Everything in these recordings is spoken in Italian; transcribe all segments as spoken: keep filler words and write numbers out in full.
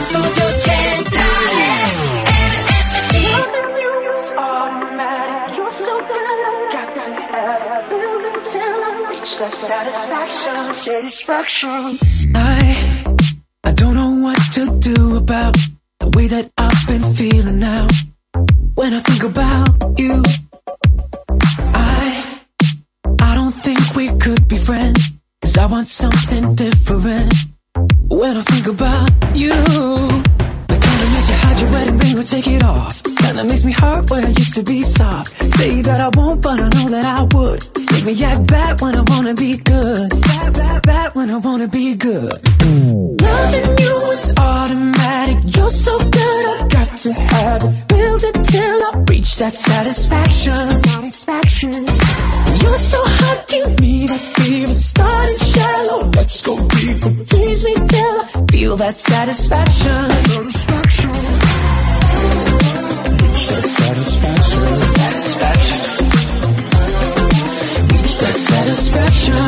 studio centrale R S C. Satisfaction, satisfaction. I, I don't know what to do about the way that I've been feeling now. When I think about you, I, I don't think we could be friends, 'cause I want something different. When I think about you, the kind that makes you hide your wedding ring or take it off, kinda makes me hurt when I used to be soft. Say that I won't, but I know that I would. Make me act bad when I wanna be good. Bad, bad, bad when I wanna be good. Loving you is automatic. You're so good, I got to have it. Build it till I reach that satisfaction. Satisfaction. You're so hot, give me that fever. Starting shallow, let's go deeper. Tease me till I feel that satisfaction. Satisfaction. Reach that satisfaction. Satisfaction. Reach that satisfaction.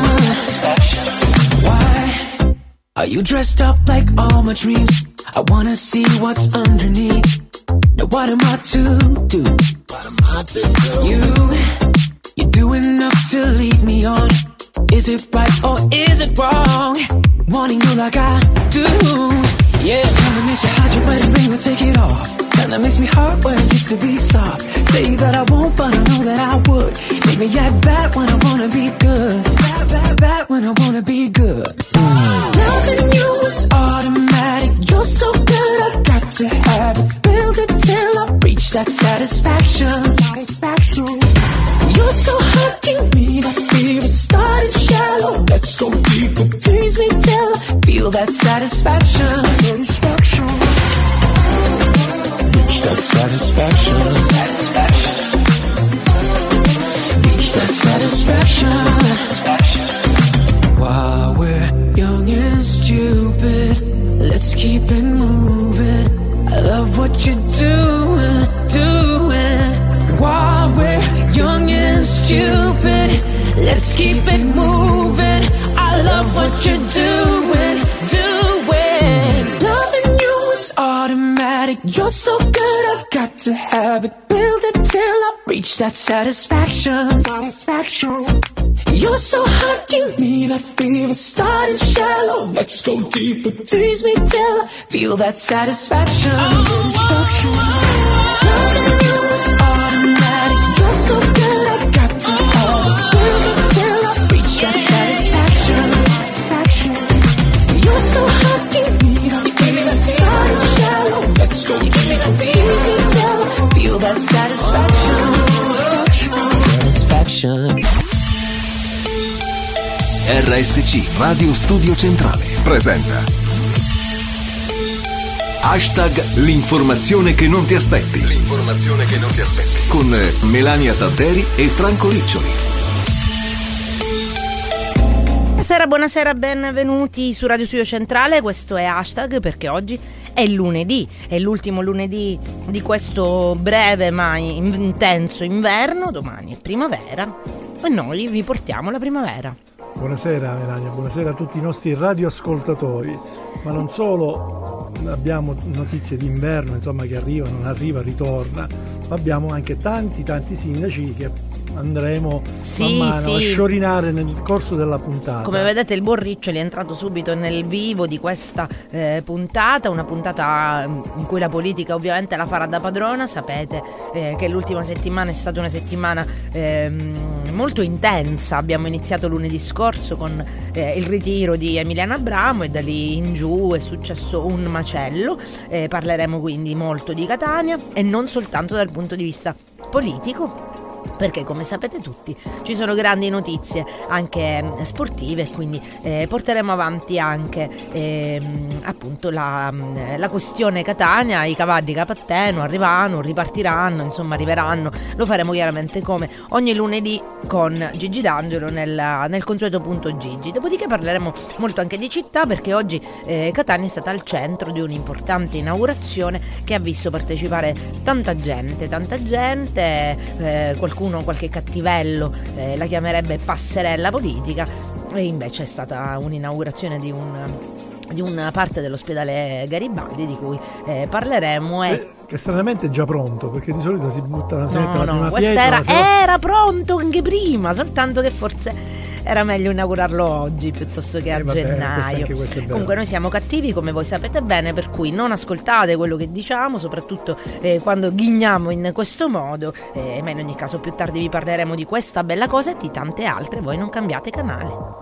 Why are you dressed up like all my dreams? I wanna see what's underneath. Now what am I to do? What am I to do? You, you do enough to lead me on. Is it right or is it wrong? Wanting you like I do. Yeah, kinda makes you hide your wedding ring or take it off. Kinda makes me hurt when I used to be soft. Say that I won't, but I know that I would. Make me act bad when I wanna be good. Bad, bad, bad when I wanna be good. Loving you is automatic. You're so good, I've got to have it. Build it till I reach that satisfaction. Satisfaction. You're so hot, give me that fever. Starting shallow, let's go deeper. Tease me till I feel that satisfaction. Satisfaction. Reach that satisfaction. Satisfaction. Reach that satisfaction. While we're young and stupid, let's keep it moving. I love what you're doing, doing. While we're young and stupid, let's keep it moving. I love what you're doing, doing. Loving you is automatic. You're so good, I've got to have it. Build it till I reach that satisfaction. Satisfaction. You're so hot, give me that fever. Starting shallow, let's go deeper. Tease me till I feel that satisfaction. Satisfaction. Loving you is automatic. You're so good, I've got to have it. Build it till I reach that satisfaction. Satisfaction. You're so hot, give me that fever. Starting shallow, let's go deeper. Tease me till I feel that satisfaction. Satisfaction. R S C Radio Studio Centrale presenta Hashtag l'informazione che non ti aspetti. L'informazione che non ti aspetti. Con Melania Tanteri e Franco Riccioli. Buonasera, buonasera, benvenuti su Radio Studio Centrale. Questo è Hashtag perché oggi è lunedì, è l'ultimo lunedì di questo breve ma intenso inverno. Domani è primavera e noi vi portiamo la primavera. Buonasera Melania, buonasera a tutti i nostri radioascoltatori, ma non solo abbiamo notizie d'inverno, insomma, che arriva, non arriva, ritorna, ma abbiamo anche tanti tanti sindaci che andremo sì, man mano sì. a sciorinare nel corso della puntata. Come vedete il buon Riccioli è entrato subito nel vivo di questa eh, puntata, una puntata in cui la politica ovviamente la farà da padrona. Sapete eh, che l'ultima settimana è stata una settimana eh, molto intensa. Abbiamo iniziato lunedì scorso con eh, il ritiro di Emiliano Abramo e da lì in giù è successo un macello. Eh, parleremo quindi molto di Catania e non soltanto dal punto di vista politico, perché come sapete tutti ci sono grandi notizie anche sportive, quindi eh, porteremo avanti anche eh, appunto la, la questione Catania. I cavalli Capatteno arrivano, ripartiranno, insomma arriveranno. Lo faremo chiaramente come ogni lunedì con Gigi D'Angelo nel, nel consueto punto Gigi. Dopodiché parleremo molto anche di città, perché oggi eh, Catania è stata al centro di un'importante inaugurazione che ha visto partecipare tanta gente, tanta gente, eh, qualcuno qualche cattivello eh, la chiamerebbe passerella politica, e invece è stata un'inaugurazione di un di una parte dell'ospedale Garibaldi di cui eh, parleremo e eh, che stranamente è già pronto, perché di solito si butta si no, mette la no, prima questa pietra, era, se no... era pronto anche prima, soltanto che forse era meglio inaugurarlo oggi piuttosto che a eh, va bene, gennaio. questo anche questo è vero. Comunque noi siamo cattivi, come voi sapete bene, per cui non ascoltate quello che diciamo, soprattutto eh, quando ghigniamo in questo modo, eh, ma in ogni caso più tardi vi parleremo di questa bella cosa e di tante altre. Voi non cambiate canale.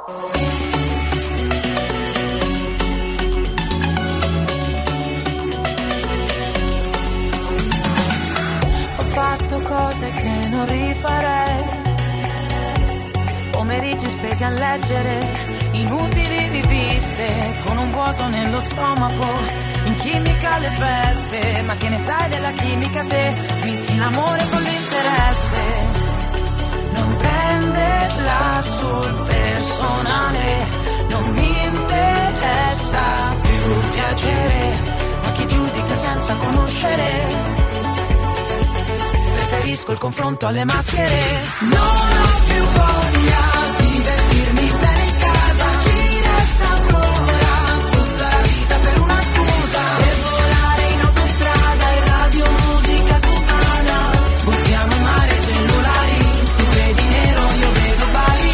Fatto cose che non rifarei, pomeriggi spesi a leggere inutili riviste, con un vuoto nello stomaco, in chimica alle feste. Ma che ne sai della chimica se mischi l'amore con l'interesse? Non prenderla sul personale, non mi interessa più piacere, ma chi giudica senza conoscere. Preferisco il confronto alle maschere. Non ho più voglia di vestirmi bene in casa, ci resta ancora tutta la vita per una scusa, per volare in autostrada e radio musica cubana. Buttiamo in mare cellulari, tu vedi nero, io vedo Bali.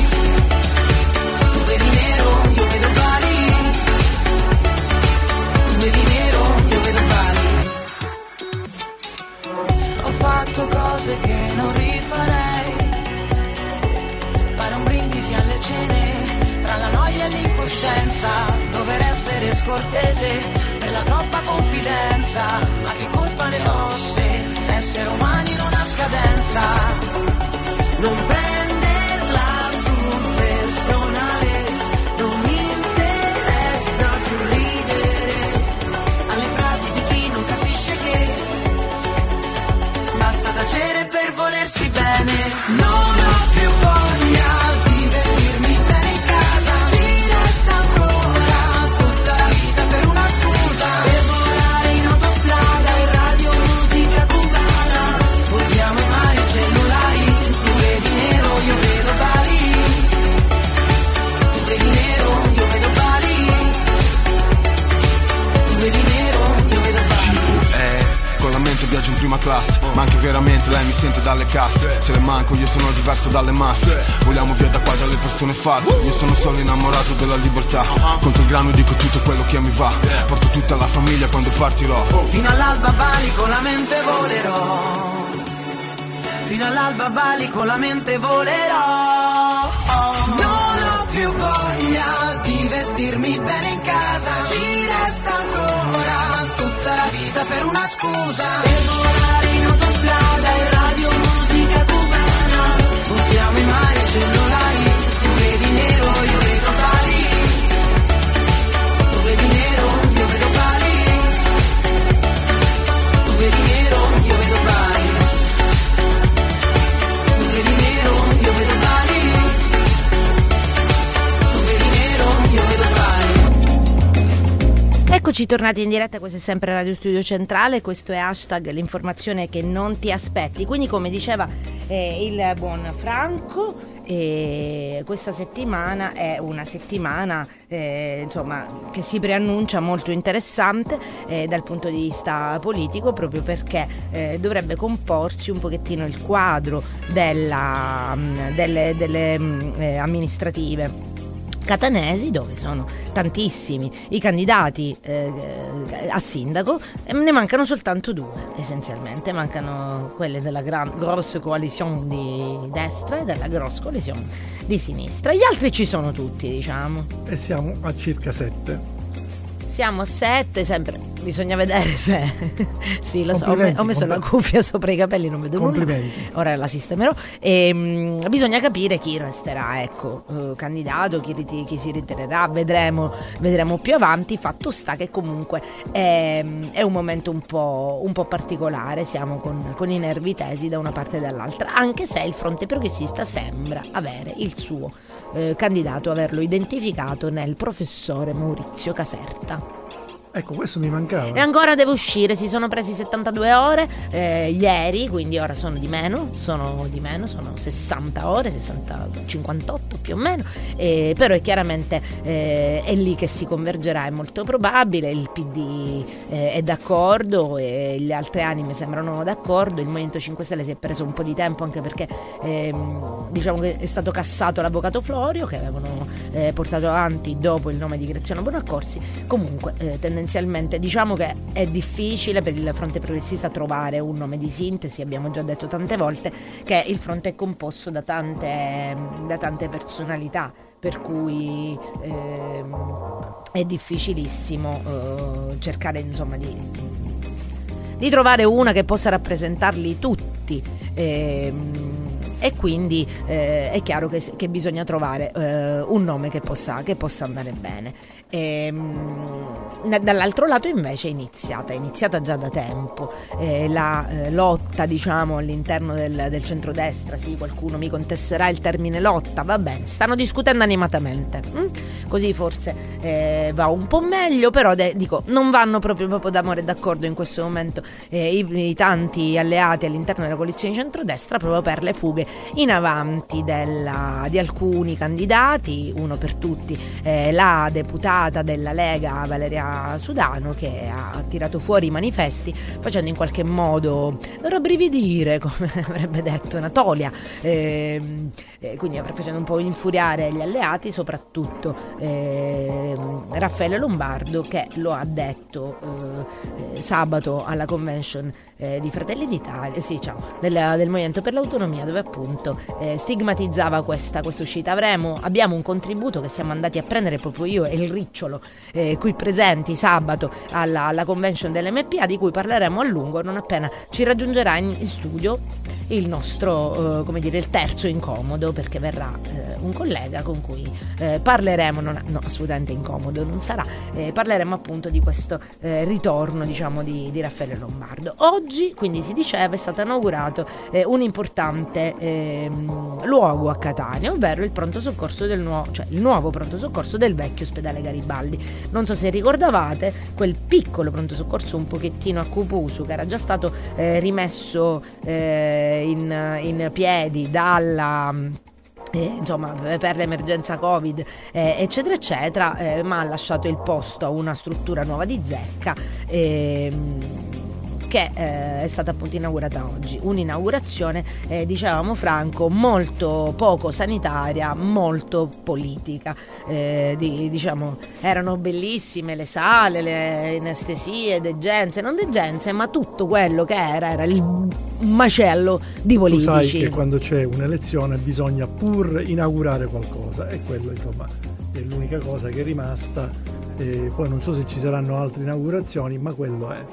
Tu vedi nero, io vedo Bali. Tu vedi nero, io vedo Bali. Ho fatto cose che non rifarei, fare un brindisi alle cene, tra la noia e l'incoscienza, dover essere scortese per la troppa confidenza. Ma che colpa ne ho se essere umani non ha scadenza? Non prenderla sul personale, non mi interessa più ridere alle frasi di chi non capisce che basta tacere per volersi bene. Non ho più voglia di vestirmi bene in casa, ci resta ancora tutta la vita per una scusa, per volare in autostrada e radio musica cubana. Vogliamo in mare cellulari, tu vedi nero, io vedo Bali. Tu vedi nero, io vedo Bali. Tu vedi nero, io vedo Bali. Con la mente viaggio in prima classe, ma anche veramente lei mi sente dalle casse. Se le manco io sono diverso dalle masse, vogliamo via da qua dalle persone false. Io sono solo innamorato della libertà, contro il grano dico tutto quello che mi va, porto tutta la famiglia quando partirò. Fino all'alba Bali con la mente volerò, fino all'alba Bali con la mente volerò. Non ho più voglia di vestirmi bene in casa, ci resta ancora tutta la vita per una scusa, per volare in autostrada e radio musica cubana. Buttiamo in mare cellulari, tu vedi nero, io vedo Bali. Tu vedi nero, io vedo Bali. Tu vedi nero, io vedo Bali. Tu vedi nero, io vedo Bali. Tu vedi nero, io vedo Bali. Eccoci tornati in diretta, questo è sempre Radio Studio Centrale, questo è hashtag l'informazione che non ti aspetti. Quindi come diceva eh, il buon Franco, eh, questa settimana è una settimana eh, insomma, che si preannuncia molto interessante eh, dal punto di vista politico, proprio perché eh, dovrebbe comporsi un pochettino il quadro della, mh, delle, delle mh, eh, amministrative catanesi, dove sono tantissimi i candidati eh, a sindaco, e ne mancano soltanto due, essenzialmente mancano quelle della gran, grosse coalition di destra e della grossa coalition di sinistra. Gli altri ci sono tutti, diciamo, E siamo a circa sette. siamo a sette, sempre bisogna vedere se sì, lo so, ho, me- ho messo compl- la cuffia sopra i capelli, non vedo nulla, Complimenti. ora la sistemerò. E, mh, bisogna capire chi resterà, ecco, eh, candidato, chi, riti- chi si ritirerà, vedremo, vedremo più avanti. Fatto sta che comunque è, è un momento un po', un po' particolare, siamo con, con i nervi tesi da una parte e dall'altra, anche se il fronte progressista sembra avere il suo eh, candidato, averlo identificato nel professore Maurizio Caserta. Ecco, questo mi mancava. E ancora deve uscire, si sono presi settantadue ore eh, ieri, quindi ora sono di meno, sono di meno, sono sessanta ore, sessanta, cinquantotto più o meno, eh, però è chiaramente eh, è lì che si convergerà, è molto probabile, il P D eh, è d'accordo e le altre anime sembrano d'accordo, il Movimento cinque Stelle si è preso un po' di tempo anche perché ehm, diciamo che è stato cassato l'avvocato Florio che avevano eh, portato avanti dopo il nome di Graziano Bonaccorsi. Comunque eh, tendenzialmente diciamo che è difficile per il fronte progressista trovare un nome di sintesi, abbiamo già detto tante volte che il fronte è composto da tante, da tante personalità, per cui ehm, è difficilissimo eh, cercare insomma di, di trovare una che possa rappresentarli tutti. Ehm, e quindi eh, è chiaro che, che bisogna trovare eh, un nome che possa, che possa andare bene. E, mh, dall'altro lato invece è iniziata, è iniziata già da tempo eh, la eh, lotta diciamo all'interno del, del centrodestra. Sì, qualcuno mi contesserà il termine lotta, va bene, stanno discutendo animatamente, mm? così forse eh, va un po' meglio, però de- dico non vanno proprio, proprio d'amore e d'accordo in questo momento eh, i, i tanti alleati all'interno della coalizione di centrodestra proprio per le fughe in avanti della, di alcuni candidati, uno per tutti eh, la deputata della Lega Valeria Sudano, che ha tirato fuori i manifesti facendo in qualche modo rabbrividire, come avrebbe detto Anatolia, eh, eh, quindi facendo un po' infuriare gli alleati, soprattutto eh, Raffaele Lombardo, che lo ha detto eh, sabato alla convention eh, di Fratelli d'Italia, sì, ciao, del, del Movimento per l'Autonomia, dove appunto eh, stigmatizzava questa, questa uscita. Avremo, abbiamo un contributo che siamo andati a prendere proprio io e il Ricciolo eh, qui presenti sabato alla, alla convention dell'M P A, di cui parleremo a lungo non appena ci raggiungerà in, in studio il nostro, eh, come dire, il terzo incomodo, perché verrà eh, un collega con cui eh, parleremo, non, no, assolutamente incomodo non sarà, eh, parleremo appunto di questo eh, ritorno diciamo di, di Raffaele Lombardo. Oggi quindi si diceva è stato inaugurato eh, un importante eh, luogo a Catania, ovvero il pronto soccorso del nuovo, cioè il nuovo pronto soccorso del vecchio ospedale Garibaldi. Non so se ricordavate quel piccolo pronto soccorso un pochettino a Cupusu che era già stato eh, rimesso eh, in, in piedi dalla Eh, insomma per l'emergenza Covid eh, eccetera eccetera, eh, ma ha lasciato il posto a una struttura nuova di zecca eh, che eh, è stata appunto inaugurata oggi. Un'inaugurazione, eh, dicevamo Franco, molto poco sanitaria, molto politica. Eh, di, diciamo, erano bellissime le sale, le anestesie, degenze, non degenze, ma tutto quello che era era il macello di politici. Tu sai che quando c'è un'elezione bisogna pur inaugurare qualcosa, e quello insomma è l'unica cosa che è rimasta. E poi non so se ci saranno altre inaugurazioni, ma quello è.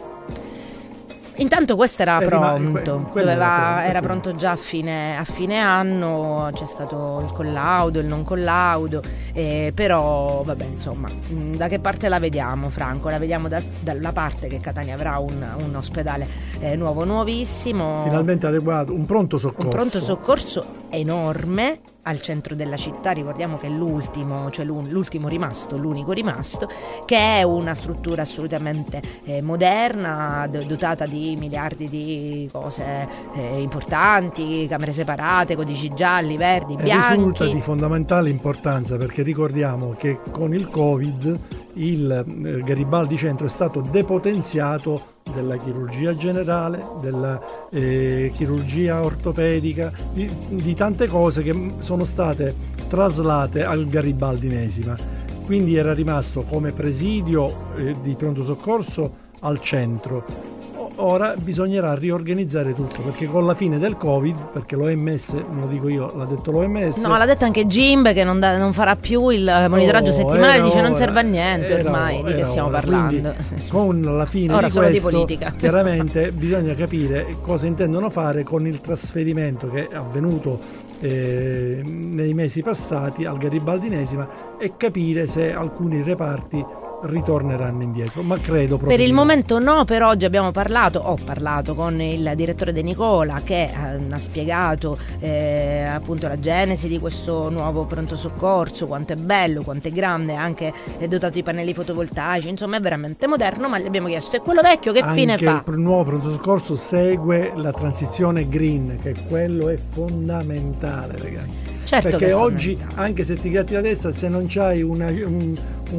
Intanto questo era eh, pronto, que- doveva, era, pronto, era pronto già a fine, a fine anno, c'è stato il collaudo, il non collaudo, eh, però vabbè insomma, mh, da che parte la vediamo Franco? La vediamo da, dalla parte che Catania avrà un, un ospedale eh, nuovo, nuovissimo, finalmente adeguato, un pronto soccorso, un pronto soccorso enorme al centro della città. Ricordiamo che è l'ultimo, cioè l'ultimo rimasto, l'unico rimasto, che è una struttura assolutamente eh, moderna, dotata di miliardi di cose eh, importanti, camere separate, codici gialli, verdi, bianchi. Risulta di fondamentale importanza, perché ricordiamo che con il Covid il eh, Garibaldi Centro è stato depotenziato della chirurgia generale, della eh, chirurgia ortopedica, di, di tante cose che sono state traslate al Garibaldinesima. Quindi era rimasto come presidio eh, di pronto soccorso al centro. Ora bisognerà riorganizzare tutto, perché con la fine del Covid, perché l'O M S, non lo dico io, l'ha detto l'O M S. No, l'ha detto anche Gimbe, che non, da, non farà più il monitoraggio oh, settimanale, dice ora, non serve a niente ormai, ora, di che stiamo ora. parlando. Quindi, con la fine ora di solo questo, di politica. Chiaramente bisogna capire cosa intendono fare con il trasferimento che è avvenuto eh, nei mesi passati al Garibaldinesima, e capire se alcuni reparti ritorneranno indietro, ma credo proprio Per il di no. momento no, per oggi abbiamo parlato, ho parlato con il direttore De Nicola che eh, ha spiegato eh, appunto la genesi di questo nuovo pronto soccorso, quanto è bello, quanto è grande, anche è dotato di pannelli fotovoltaici, insomma è veramente moderno, ma gli abbiamo chiesto, e quello vecchio che Anche fine fa? il nuovo pronto soccorso segue la transizione green, che quello è fondamentale, ragazzi. Certo Perché che è oggi, fondamentale. anche se ti gratti la testa, se non c'hai una, un,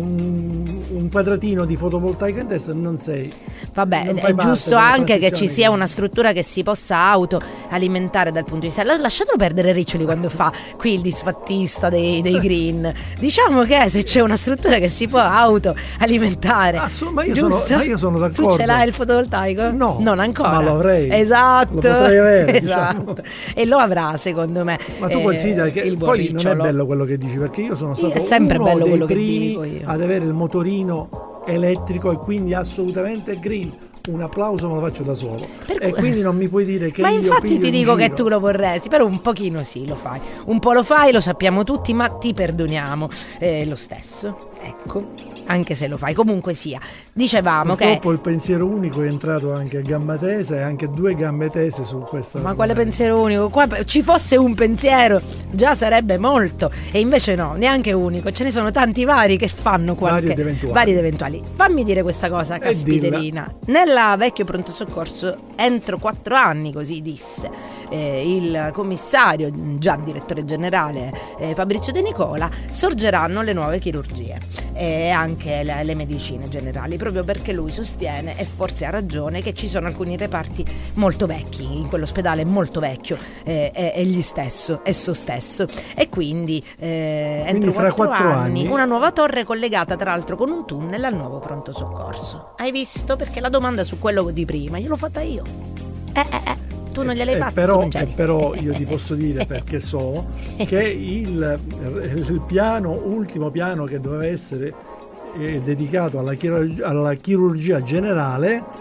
un, un quadratino di fotovoltaica in testa, non sei. Vabbè, non è fai parte giusto della anche che ci transizione sia green. una struttura che si possa autoalimentare dal punto di vista. La- Lasciatelo perdere Riccioli quando fa qui il disfattista dei, dei green. Diciamo che se c'è una struttura che si può autoalimentare, Assu- ma io sono- giusto? ma io sono Tu d'accordo. ce l'hai il fotovoltaico? No, non ancora. ma lo avrei. Esatto. Lo potrei avere, esatto. diciamo. E lo avrà, secondo me. Ma tu eh, considera che il buon poi non è Ricciolo. bello quello che dici, perché io sono stato È sempre uno bello dei quello che primi dico io. ad avere il motorino elettrico e quindi assolutamente green. Un applauso me lo faccio da solo. Per E cui- quindi non mi puoi dire che Ma io infatti piglio ti in dico che giro. tu lo vorresti, però un pochino sì, lo fai. Un po' lo fai, lo sappiamo tutti, ma ti perdoniamo eh, lo stesso. Ecco, anche se lo fai. Comunque sia, dicevamo che... Purtroppo il pensiero unico è entrato anche a gamba tesa e anche due gambe tese su questa. Ma quale pensiero unico? Qua ci fosse un pensiero già sarebbe molto, e invece no, neanche unico. Ce ne sono tanti vari che fanno qualche... Vari ed eventuali. vari ed eventuali. Fammi dire questa cosa, caspiterina. Nella vecchio pronto soccorso, entro quattro anni, così disse eh, il commissario, già direttore generale eh, Fabrizio De Nicola, sorgeranno le nuove chirurgie e anche le, le medicine generali, proprio perché lui sostiene, e forse ha ragione, che ci sono alcuni reparti molto vecchi, in quell'ospedale molto vecchio eh, è egli stesso, esso stesso, e quindi, eh, Quindi entro fra quattro quattro anni, anni- una nuova torre collegata tra l'altro con un tunnel al nuovo pronto soccorso. Hai visto? Perché la domanda su quello di prima io l'ho fatta io. Eh eh eh tu non gliel'hai Eh, fatta, però, tu non c'eri. eh, però io ti posso dire, perché so che il, il piano, ultimo piano che doveva essere eh, dedicato alla, chirurg- alla chirurgia generale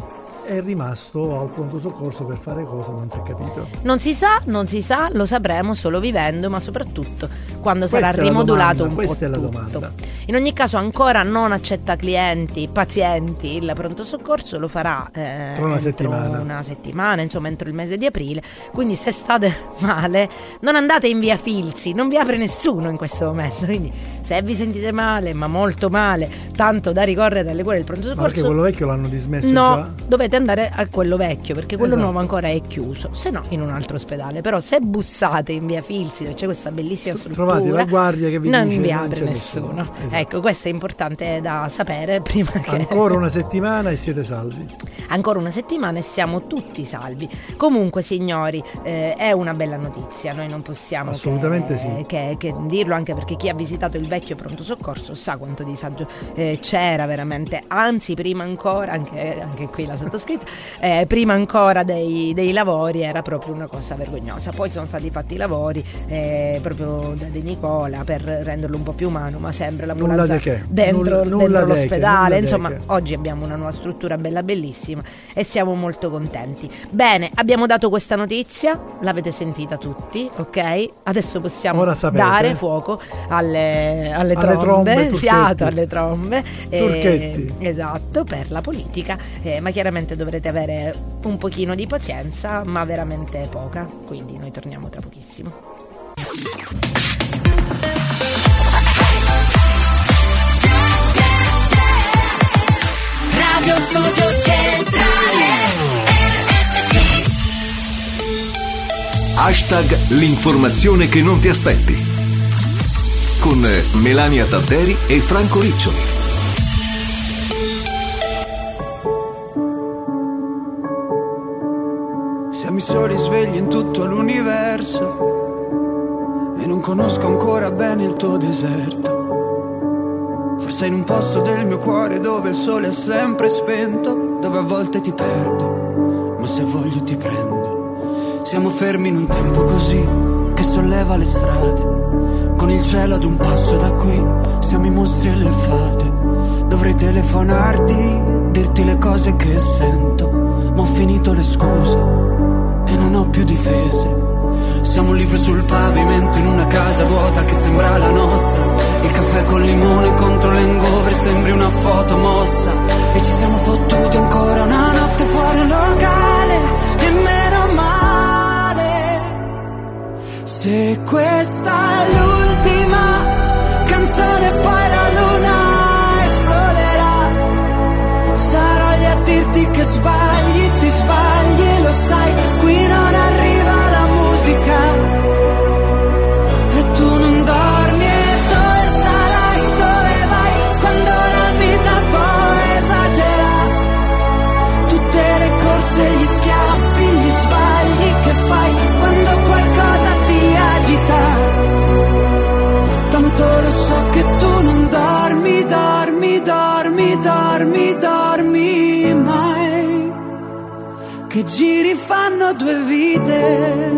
è rimasto al pronto soccorso per fare cosa non si è capito. Non si sa, non si sa, lo sapremo solo vivendo, ma soprattutto quando Questa sarà è la rimodulato domanda, un questa po' è la tutto. domanda. In ogni caso ancora non accetta clienti, pazienti, il pronto soccorso lo farà eh, Tra una entro settimana. una settimana, insomma entro il mese di aprile, quindi se state male non andate in via Filzi, non vi apre nessuno in questo momento, quindi se vi sentite male, ma molto male, tanto da ricorrere alle cure del pronto Ma perché soccorso, quello vecchio l'hanno dismesso no, già? dovete andare a quello vecchio, perché quello Esatto. nuovo ancora è chiuso, se no in un altro ospedale. Però se bussate in via Filzi, dove c'è questa bellissima struttura, Trovate la guardia che vi non dice vi non apre c'è nessuno. nessuno. Esatto. Ecco, questo è importante da sapere prima che... Ancora una settimana e siete salvi. Ancora una settimana e siamo tutti salvi. Comunque, signori, eh, è una bella notizia. Noi non possiamo Assolutamente che, sì. che, che dirlo, anche perché chi ha visitato il vecchio pronto soccorso sa quanto disagio eh, c'era veramente. Anzi, prima ancora, anche, anche qui la sottoscritta, eh, prima ancora dei, dei lavori era proprio una cosa vergognosa. Poi sono stati fatti i lavori eh, proprio da De Nicola per renderlo un po' più umano, ma sempre l'ambulanza Nulla di che. dentro, Nulla- nulla dentro di che, l'ospedale. nulla di Insomma, che. oggi abbiamo una nuova struttura bella bellissima e siamo molto contenti. Bene, abbiamo dato questa notizia, l'avete sentita tutti, ok? Adesso possiamo Ora sapete. dare fuoco alle, alle Alle trombe, trombe, turchetti. fiato alle trombe. eh, Turchetti. esatto, per la politica, eh, ma chiaramente dovrete avere un pochino di pazienza, ma veramente poca, quindi noi torniamo tra pochissimo. Radio Studio Centrale R S C. Hashtag l'informazione che non ti aspetti. Con Melania Tadderi e Franco Riccioli. Siamo i soli svegli in tutto l'universo e non conosco ancora bene il tuo deserto. Forse in un posto del mio cuore dove il sole è sempre spento, dove a volte ti perdo, ma se voglio ti prendo. Siamo fermi in un tempo così che solleva le strade, con il cielo ad un passo da qui, siamo i mostri e le fate. Dovrei telefonarti, dirti le cose che sento, ma ho finito le scuse e non ho più difese. Siamo un libro sul pavimento in una casa vuota che sembra la nostra. Il caffè col limone contro l'hangover fuori sembri una foto mossa. E ci siamo fottuti ancora una notte fuori un locale, e meno male. Se questa è l'ultima canzone poi la luna esploderà, sarò lì a dirti che sbagli, ti sbagli, lo sai, qui non arriva la musica e tu non dormi. E dove sarai, dove vai, quando la vita poi esagera, tutte le corse, gli schiaffi, gli sbagli che fai quando qualcosa ti agita. Tanto lo so che tu non dormi, dormi, dormi, dormi, dormi mai, che giri fanno due vite.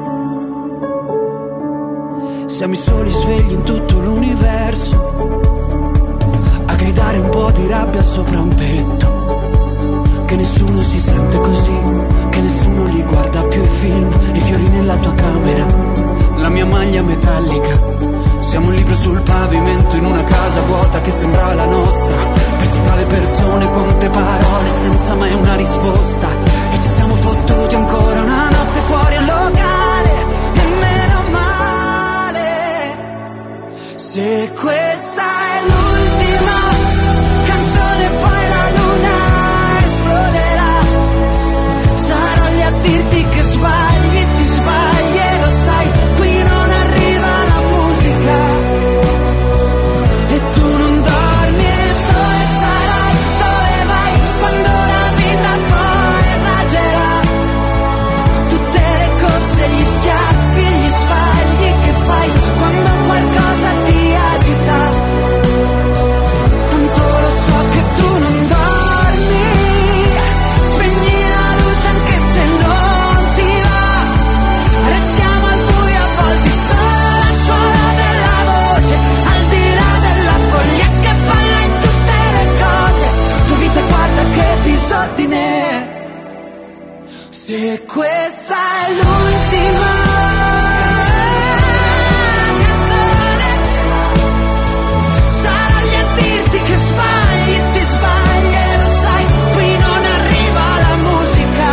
Siamo i soli svegli in tutto l'universo, a gridare un po' di rabbia sopra un tetto. Che nessuno si sente così, che nessuno li guarda più i film, i fiori nella tua camera, la mia maglia metallica. Siamo un libro sul pavimento in una casa vuota che sembrava la nostra, persi tra le persone, quante parole senza mai una risposta. E ci siamo fottuti ancora una notte fuori al locale, e meno male. Se questa è l'ultima canzone poi la luna esploderà, sarò lì a dirti che sbagli, ti sbagli e lo sai, qui non arriva la musica e tu non dormi. E dove sarai, dove vai, quando la vita poi esagera, tutte le corse, gli schiaffi, gli sbagli che fai quando qualcosa ti agita. Tanto lo so che tu non dormi, spegni la luce anche se non ti va, restiamo al buio avvolti solo al suono della voce, al di là della foglia che balla in tutte le cose. Tu vita guarda che disordine, se questa è l'ultima canzone, sarò lì a dirti che sbagli, ti sbagli e lo sai, qui non arriva la musica.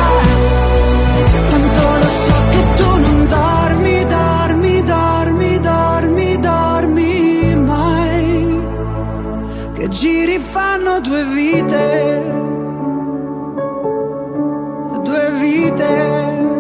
Tanto lo so che tu non dormi, dormi, dormi, dormi, dormi mai, che giri fanno due vite, due vite.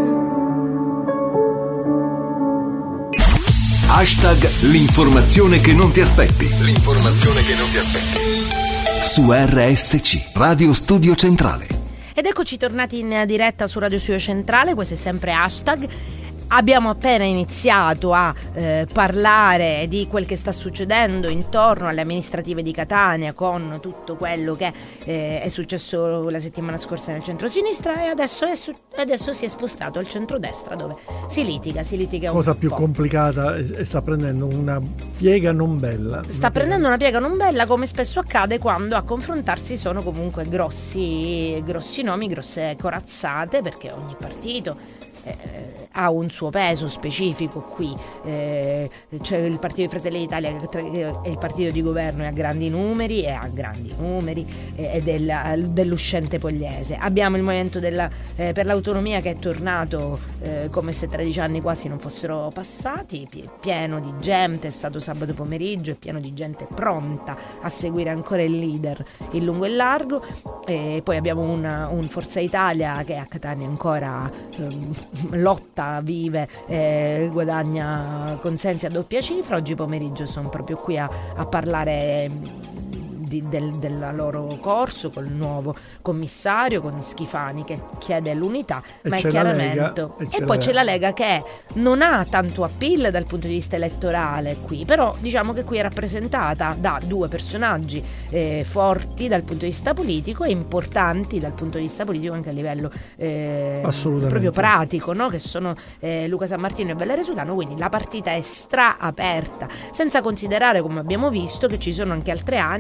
Hashtag l'informazione che non ti aspetti. L'informazione che non ti aspetti. Su R S C, Radio Studio Centrale. Ed eccoci tornati in diretta su Radio Studio Centrale, questo è sempre Hashtag. Abbiamo appena iniziato a eh, parlare di quel che sta succedendo intorno alle amministrative di Catania, con tutto quello che eh, è successo la settimana scorsa nel centro-sinistra, e adesso, è su- adesso si è spostato al centro-destra, dove si litiga, si litiga un Cosa più po'. complicata, e e sta prendendo una piega non bella. Sta prendendo una piega non bella, come spesso accade quando a confrontarsi sono comunque grossi, grossi nomi, grosse corazzate, perché ogni partito Eh, ha un suo peso specifico qui. Eh, c'è il Partito di Fratelli d'Italia che è il partito di governo e ha grandi numeri e ha grandi numeri eh, è della, dell'uscente Pogliese. Abbiamo il Movimento della, eh, per l'Autonomia, che è tornato eh, come se tredici anni quasi non fossero passati, pie- pieno di gente, è stato sabato pomeriggio, è pieno di gente pronta a seguire ancora il leader in lungo e largo. E poi abbiamo una, un Forza Italia che a Catania ancora ehm, lotta, vive, eh, guadagna consensi a doppia cifra. Oggi pomeriggio sono proprio qui a, a parlare di, del, del loro corso col nuovo commissario, con Schifani che chiede l'unità, E ma è c'è la chiaramente Lega, e e, c'è poi la- c'è la Lega che non ha tanto appeal dal punto di vista elettorale qui, però diciamo che qui è rappresentata da due personaggi eh, forti dal punto di vista politico e importanti dal punto di vista politico anche a livello eh, Assolutamente. proprio pratico, no? Che sono eh, Luca San Martino e Valerio Sudano. Quindi la partita è stra aperta, senza considerare, come abbiamo visto, che ci sono anche altre anime come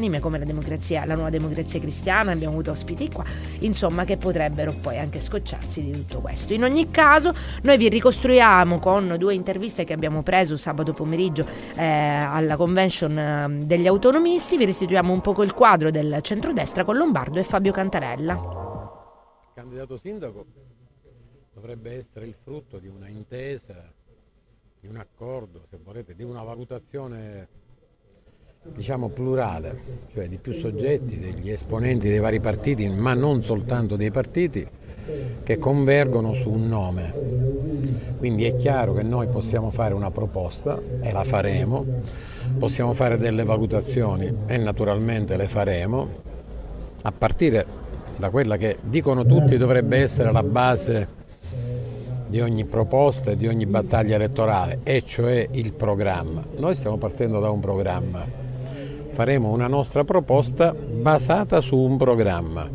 la democrazia, la nuova democrazia cristiana, abbiamo avuto ospiti qua, insomma, che potrebbero poi anche scocciarsi di tutto questo. In ogni caso noi vi ricostruiamo con due interviste che abbiamo preso sabato pomeriggio eh, alla convention eh, degli autonomisti, vi restituiamo un poco il quadro del centrodestra con Lombardo e Fabio Cantarella. Il candidato sindaco dovrebbe essere il frutto di una intesa, di un accordo, se volete, di una valutazione, diciamo, plurale, cioè di più soggetti, degli esponenti dei vari partiti, ma non soltanto dei partiti, che convergono su un nome. Quindi è chiaro che noi possiamo fare una proposta e la faremo, possiamo fare delle valutazioni e naturalmente le faremo, a partire da quella che dicono tutti dovrebbe essere la base di ogni proposta e di ogni battaglia elettorale, e cioè il programma. Noi stiamo partendo da un programma, faremo una nostra proposta basata su un programma.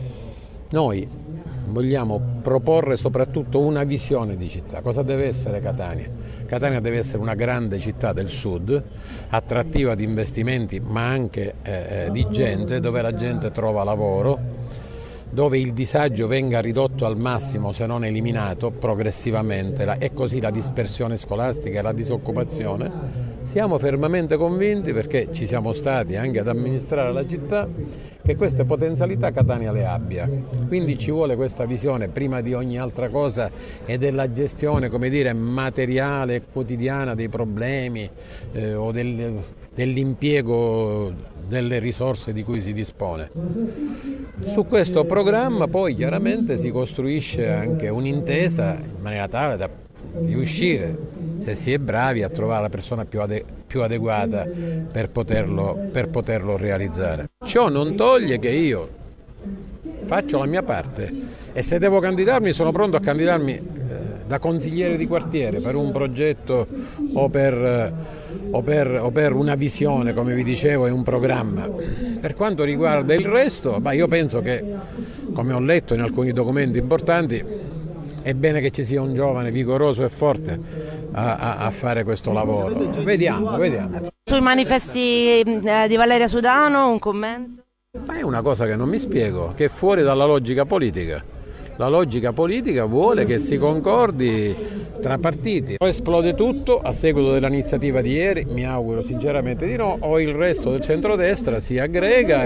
Noi vogliamo proporre soprattutto una visione di città. Cosa deve essere Catania? Catania deve essere una grande città del sud, attrattiva di investimenti ma anche eh, di gente, dove la gente trova lavoro, dove il disagio venga ridotto al massimo se non eliminato progressivamente e così la dispersione scolastica e la disoccupazione. Siamo fermamente convinti, perché ci siamo stati anche ad amministrare la città, che queste potenzialità Catania le abbia. Quindi ci vuole questa visione prima di ogni altra cosa e della gestione, come dire, materiale e quotidiana dei problemi eh, o del, dell'impiego delle risorse di cui si dispone. Su questo programma poi chiaramente si costruisce anche un'intesa in maniera tale da riuscire, se si è bravi, a trovare la persona più, ade- più adeguata per poterlo, per poterlo realizzare. Ciò non toglie che io faccio la mia parte e se devo candidarmi sono pronto a candidarmi eh, da consigliere di quartiere per un progetto o per, eh, o, per, o per una visione, come vi dicevo, e un programma. Per quanto riguarda il resto, beh, io penso che, come ho letto in alcuni documenti importanti, è bene che ci sia un giovane vigoroso e forte a, a, a fare questo lavoro. Vediamo, vediamo. Sui manifesti eh, di Valeria Sudano, un commento? Ma è una cosa che non mi spiego, che è fuori dalla logica politica. La logica politica vuole che si concordi tra partiti. O esplode tutto a seguito dell'iniziativa di ieri, mi auguro sinceramente di no, o il resto del centrodestra si aggrega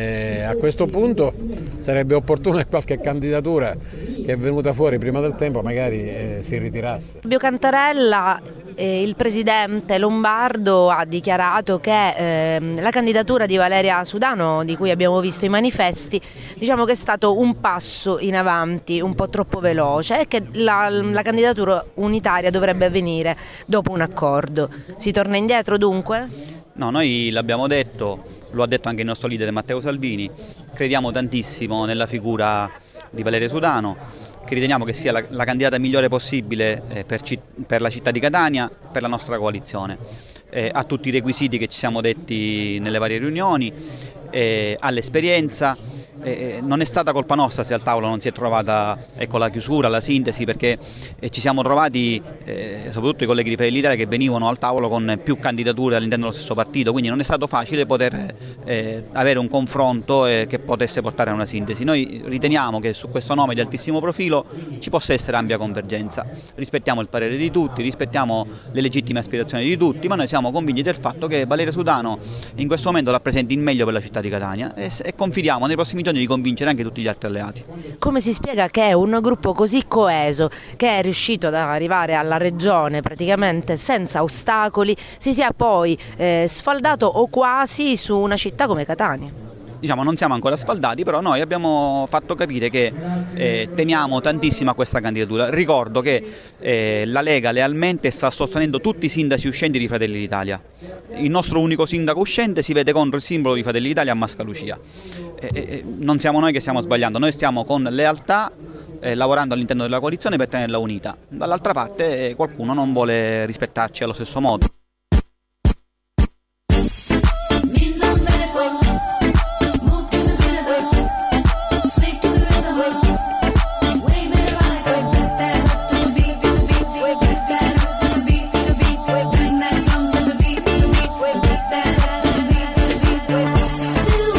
e a questo punto sarebbe opportuno che qualche candidatura che è venuta fuori prima del tempo magari eh, si ritirasse. Fabio Cantarella, eh, il presidente Lombardo, ha dichiarato che eh, la candidatura di Valeria Sudano, di cui abbiamo visto i manifesti, diciamo che è stato un passo in avanti, un po' troppo veloce, e che la, la candidatura unitaria dovrebbe avvenire dopo un accordo. Si torna indietro dunque? No, noi l'abbiamo detto, lo ha detto anche il nostro leader Matteo Salvini, crediamo tantissimo nella figura di Valeria Sudano, che riteniamo che sia la, la candidata migliore possibile eh, per, per la città di Catania, per la nostra coalizione. Eh, ha tutti i requisiti che ci siamo detti nelle varie riunioni, eh, ha l'esperienza. Eh, non è stata colpa nostra se al tavolo non si è trovata, ecco, la chiusura, la sintesi, perché eh, ci siamo trovati, eh, soprattutto i colleghi di Fratelli d'Italia, che venivano al tavolo con più candidature all'interno dello stesso partito, quindi non è stato facile poter eh, avere un confronto eh, che potesse portare a una sintesi. Noi riteniamo che su questo nome di altissimo profilo ci possa essere ampia convergenza, rispettiamo il parere di tutti, rispettiamo le legittime aspirazioni di tutti, ma noi siamo convinti del fatto che Valeria Sudano in questo momento rappresenti il meglio per la città di Catania e, e confidiamo nei prossimi giorni di convincere anche tutti gli altri alleati. Come si spiega che un gruppo così coeso, che è riuscito ad arrivare alla regione praticamente senza ostacoli, si sia poi eh, sfaldato o quasi su una città come Catania? Diciamo, non siamo ancora sfaldati, però noi abbiamo fatto capire che eh, teniamo tantissimo a questa candidatura. Ricordo che eh, la Lega lealmente sta sostenendo tutti i sindaci uscenti di Fratelli d'Italia. Il nostro unico sindaco uscente si vede contro il simbolo di Fratelli d'Italia a Mascalucia. Eh, eh, non siamo noi che stiamo sbagliando, noi stiamo con lealtà eh, lavorando all'interno della coalizione per tenerla unita. Dall'altra parte eh, qualcuno non vuole rispettarci allo stesso modo. Do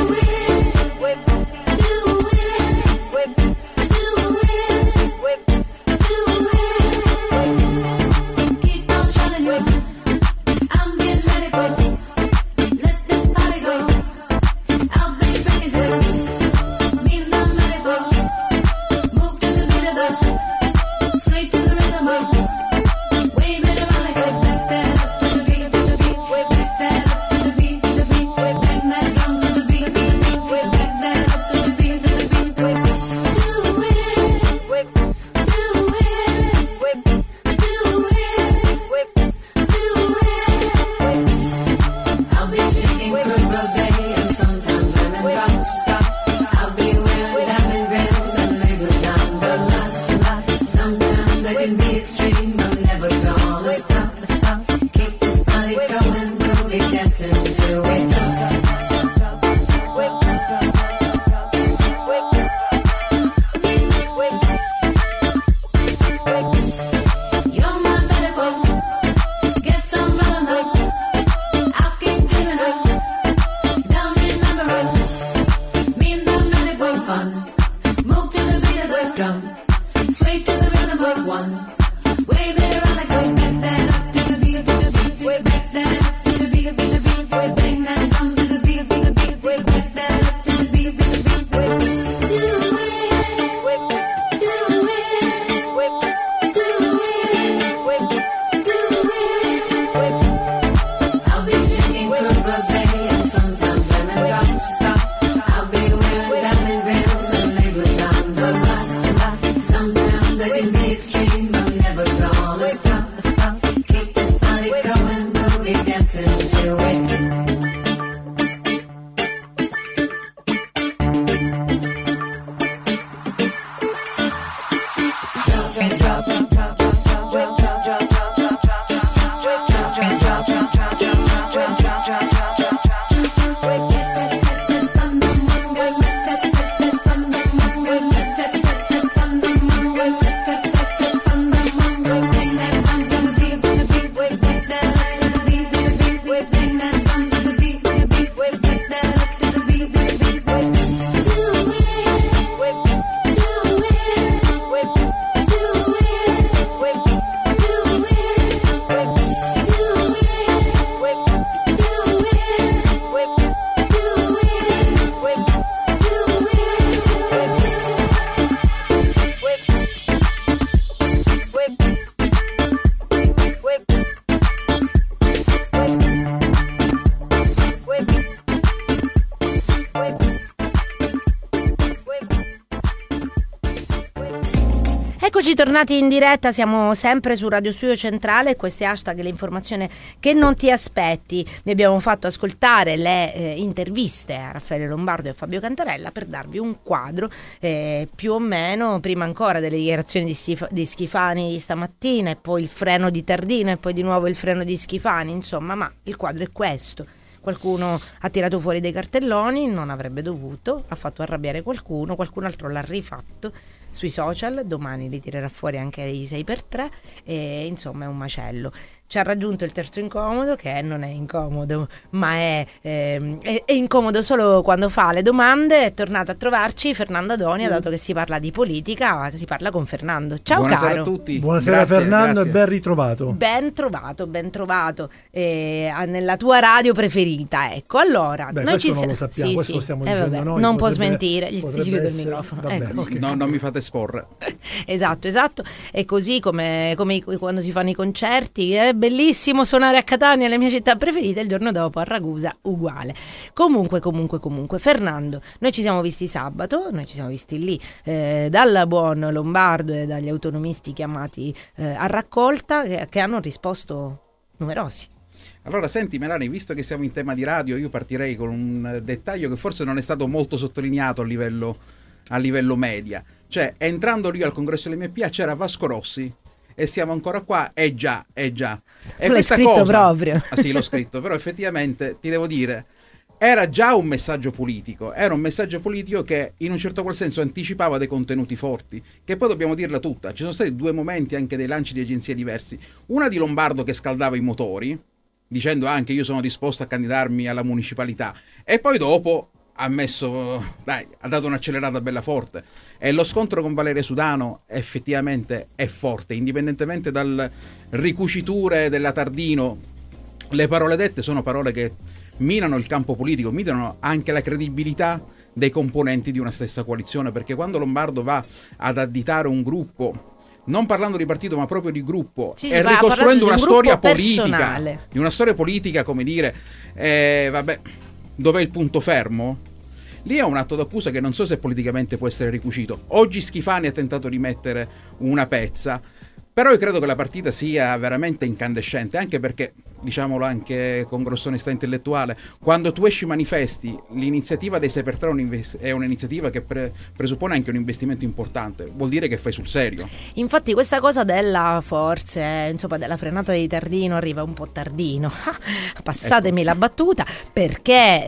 Eccoci tornati in diretta, siamo sempre su Radio Studio Centrale, questi hashtag l'informazione che non ti aspetti. Vi abbiamo fatto ascoltare le eh, interviste a Raffaele Lombardo e a Fabio Cantarella per darvi un quadro eh, più o meno, prima ancora delle dichiarazioni di, Stif- di Schifani stamattina e poi il freno di Tardino e poi di nuovo il freno di Schifani, insomma, ma il quadro è questo. Qualcuno ha tirato fuori dei cartelloni, non avrebbe dovuto, ha fatto arrabbiare qualcuno, qualcun altro l'ha rifatto sui social, domani li tirerà fuori anche i sei per tre e insomma è un macello. Ci ha raggiunto il terzo incomodo, che non è incomodo, ma è, ehm, è, è incomodo solo quando fa le domande. È tornato a trovarci Fernando Adonia, mm. dato che si parla di politica, si parla con Fernando. Ciao Buonasera caro. a tutti. Buonasera Grazie, Fernando grazie. e ben ritrovato. Ben trovato, ben trovato eh, nella tua radio preferita. Ecco, allora Beh, noi questo ci non si- lo sappiamo, sì, questo sì. lo stiamo Eh, dicendo vabbè, noi. non può potrebbe- smentire, gli gli potrebbe chiudo il essere- microfono. vabbè, Ecco, ok. No, non mi fate esporre. Esatto, esatto. E così come, come i- quando si fanno i concerti, è bellissimo suonare a Catania, la mia città preferita, il giorno dopo a Ragusa uguale. Comunque, comunque, comunque, Fernando, noi ci siamo visti sabato, noi ci siamo visti lì eh, dal buon Lombardo e dagli autonomisti chiamati eh, a raccolta che, che hanno risposto numerosi. Allora, senti Melani, visto che siamo in tema di radio, io partirei con un dettaglio che forse non è stato molto sottolineato a livello, a livello media. Cioè, entrando lì al congresso dell'M P A c'era Vasco Rossi e siamo ancora qua, eh già, eh già. E Tu l'hai questa scritto cosa- proprio. Ah, sì, l'ho scritto, però effettivamente ti devo dire, era già un messaggio politico, era un messaggio politico che in un certo qual senso anticipava dei contenuti forti, che poi dobbiamo dirla tutta, ci sono stati due momenti anche dei lanci di agenzie diversi, una di Lombardo che scaldava i motori, dicendo anche io sono disposto a candidarmi alla municipalità, e poi dopo ha messo, dai, ha dato un'accelerata bella forte, e lo scontro con Valeria Sudano effettivamente è forte, indipendentemente dal ricuciture della Tardino, le parole dette sono parole che minano il campo politico, minano anche la credibilità dei componenti di una stessa coalizione, perché quando Lombardo va ad additare un gruppo, non parlando di partito ma proprio di gruppo, Sì, sì, e va parlando ricostruendo di una un storia gruppo politica, personale. di una storia politica, come dire, eh, vabbè, dov'è il punto fermo? Lì è un atto d'accusa che non so se politicamente può essere ricucito. Oggi Schifani ha tentato di mettere una pezza, però io credo che la partita sia veramente incandescente, anche perché, diciamolo anche con grossa onestà intellettuale, quando tu esci manifesti, l'iniziativa dei sei per tre è, un'inves- è un'iniziativa che pre- presuppone anche un investimento importante, vuol dire che fai sul serio. Infatti questa cosa della forse, insomma, della frenata di Tardino arriva un po' tardino. Passatemi la battuta, perché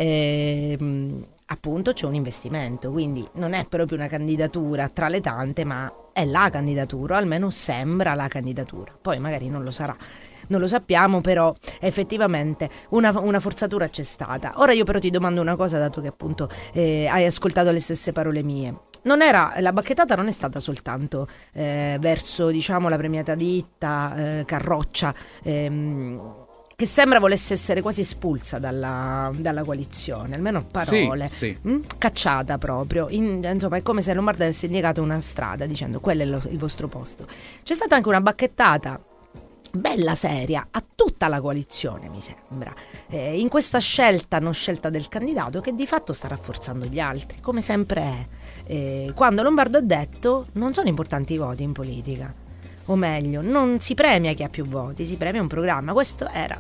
ehm, appunto c'è un investimento, quindi non è proprio una candidatura tra le tante, ma è la candidatura, o almeno sembra la candidatura. Poi magari non lo sarà. Non lo sappiamo, però effettivamente una, una forzatura c'è stata. Ora io però ti domando una cosa, dato che appunto eh, hai ascoltato le stesse parole mie. Non era, la bacchettata non è stata soltanto eh, verso, diciamo, la premiata ditta eh, Carroccia, ehm, che sembra volesse essere quasi espulsa dalla, dalla coalizione, almeno a parole, Sì, sì. Mm? Cacciata proprio. In- insomma, è come se Lombardo avesse indicato una strada dicendo quello è lo- il vostro posto. C'è stata anche una bacchettata bella seria a tutta la coalizione, mi sembra, eh, in questa scelta non scelta del candidato, che di fatto sta rafforzando gli altri, come sempre è. Eh, quando Lombardo ha detto non sono importanti i voti in politica, o meglio, non si premia chi ha più voti, si premia un programma. Questo era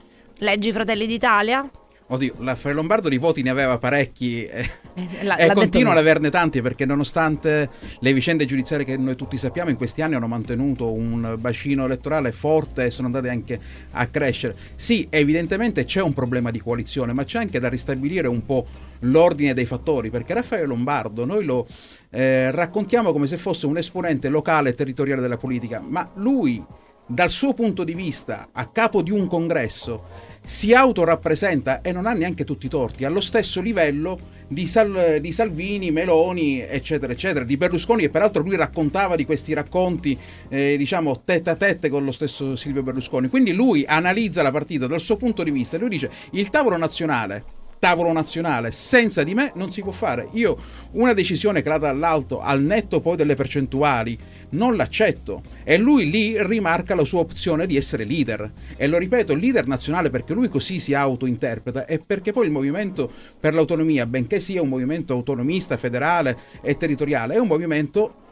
leggi Fratelli d'Italia? Oddio, la Fre Lombardo di voti ne aveva parecchi e, Eh, l'ha- e l'ha detto continua ad lui. averne tanti, perché nonostante le vicende giudiziarie che noi tutti sappiamo, in questi anni hanno mantenuto un bacino elettorale forte e sono andate anche a crescere. Sì, evidentemente c'è un problema di coalizione, ma c'è anche da ristabilire un po' l'ordine dei fattori, perché Raffaele Lombardo noi lo eh, raccontiamo come se fosse un esponente locale e territoriale della politica, ma lui, dal suo punto di vista, a capo di un congresso, si autorappresenta, e non ha neanche tutti i torti, allo stesso livello di, Sal- di Salvini, Meloni, eccetera, eccetera, di Berlusconi, e peraltro lui raccontava di questi racconti, eh, diciamo, tête a tête con lo stesso Silvio Berlusconi. Quindi lui analizza la partita dal suo punto di vista e lui dice: il tavolo nazionale, tavolo nazionale senza di me non si può fare. Io una decisione calata dall'alto, al netto poi delle percentuali, non l'accetto. E lui lì rimarca la sua opzione di essere leader, e lo ripeto, leader nazionale, perché lui così si autointerpreta, e perché poi il Movimento per l'Autonomia, benché sia un movimento autonomista, federale e territoriale, è un movimento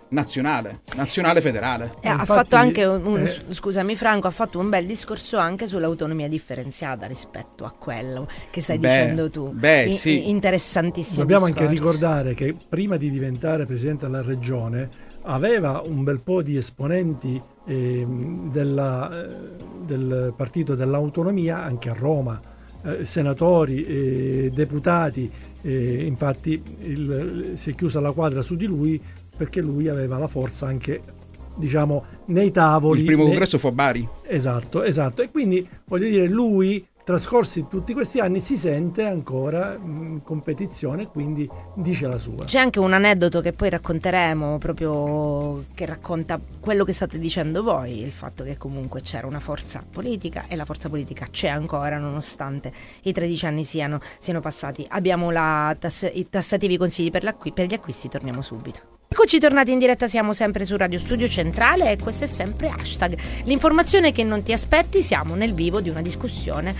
nazionale, nazionale federale. Eh, ha infatti, fatto anche un, un- eh, scusami Franco, ha fatto un bel discorso anche sull'autonomia differenziata rispetto a quello che stai Beh, dicendo tu. beh, I- sì. Interessantissimo. Dobbiamo anche discorso. ricordare che prima di diventare presidente della regione aveva un bel po' di esponenti ehm, della, eh, del partito dell'autonomia anche a Roma, eh, senatori, eh, deputati, eh, infatti il- si è chiusa la quadra su di lui perché lui aveva la forza anche, diciamo, nei tavoli. Il primo nei- congresso fu a Bari. Esatto, esatto. E quindi voglio dire, lui, trascorsi tutti questi anni, si sente ancora in competizione, quindi dice la sua. C'è anche un aneddoto che poi racconteremo, proprio che racconta quello che state dicendo voi, il fatto che comunque c'era una forza politica e la forza politica c'è ancora nonostante i tredici anni siano, siano passati. Abbiamo la tass- i tassativi consigli per, l'acqui- per gli acquisti, torniamo subito. Eccoci tornati in diretta, siamo sempre su Radio Studio Centrale e questo è sempre hashtag. L'informazione che non ti aspetti, siamo nel vivo di una discussione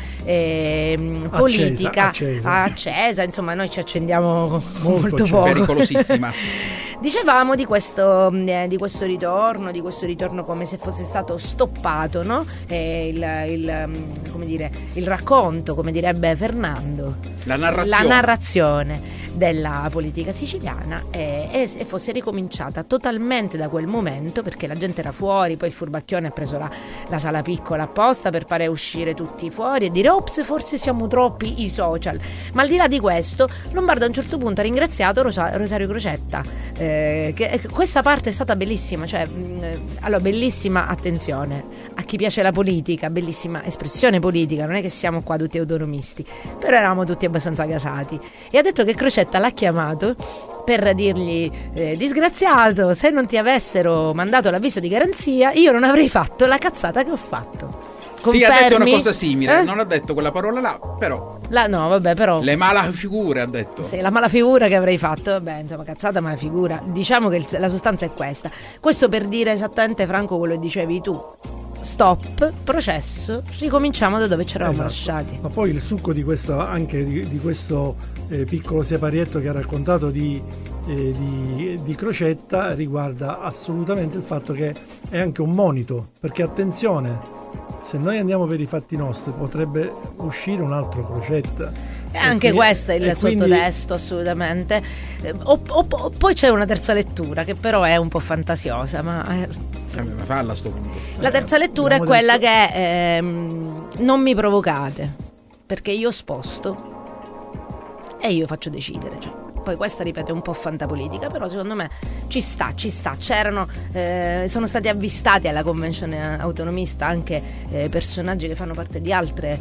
ehm, Accesa, politica accesa. accesa, insomma noi ci accendiamo molto, accesa. poco. Pericolosissima. Dicevamo di questo, eh, di questo ritorno, di questo ritorno come se fosse stato stoppato, no? Eh, il, il, mm, come dire, il racconto, come direbbe Fernando, La narrazione. la narrazione della politica siciliana eh, e, e fosse ricominciata totalmente da quel momento, perché la gente era fuori, poi il furbacchione ha preso la, la sala piccola apposta per fare uscire tutti fuori e dire ops, forse siamo troppi i social. Ma al di là di questo, Lombardo a un certo punto ha ringraziato Rosa- Rosario Crocetta, eh, che questa parte è stata bellissima, cioè mh, allora bellissima, attenzione a chi piace la politica, bellissima espressione politica, non è che siamo qua tutti autonomisti, però eravamo tutti abbastanza gasati, e ha detto che Crocetta l'ha chiamato per dirgli eh, disgraziato, se non ti avessero mandato l'avviso di garanzia io non avrei fatto la cazzata che ho fatto. Sì, ha detto una Confermi? cosa simile, Eh? non ha detto quella parola là, però La, no vabbè però le mala figure ha detto. sì, la mala figura che avrei fatto, vabbè, insomma, cazzata mala figura. Diciamo che il- la sostanza è questa. Questo per dire esattamente, Franco, quello che dicevi tu. Stop, processo, ricominciamo da dove ci eravamo Esatto. lasciati. Ma poi il succo di questo, anche di, di questo eh, piccolo siparietto che ha raccontato di, eh, di, di Crocetta riguarda assolutamente il fatto che è anche un monito, perché attenzione, se noi andiamo per i fatti nostri potrebbe uscire un altro Crocetta. E anche E qui- questo è il e quindi- sottotesto, assolutamente. Eh, o- o- o- poi c'è una terza lettura che però è un po' fantasiosa, ma eh, Vabbè, ma falla a sto punto. la terza lettura è abbiamo quella detto- che ehm, non mi provocate, perché io sposto e io faccio decidere, cioè. Poi questa, ripeto, è un po' fantapolitica, però secondo me ci sta, ci sta. C'erano, eh, sono stati avvistati alla convention autonomista anche eh, personaggi che fanno parte di altre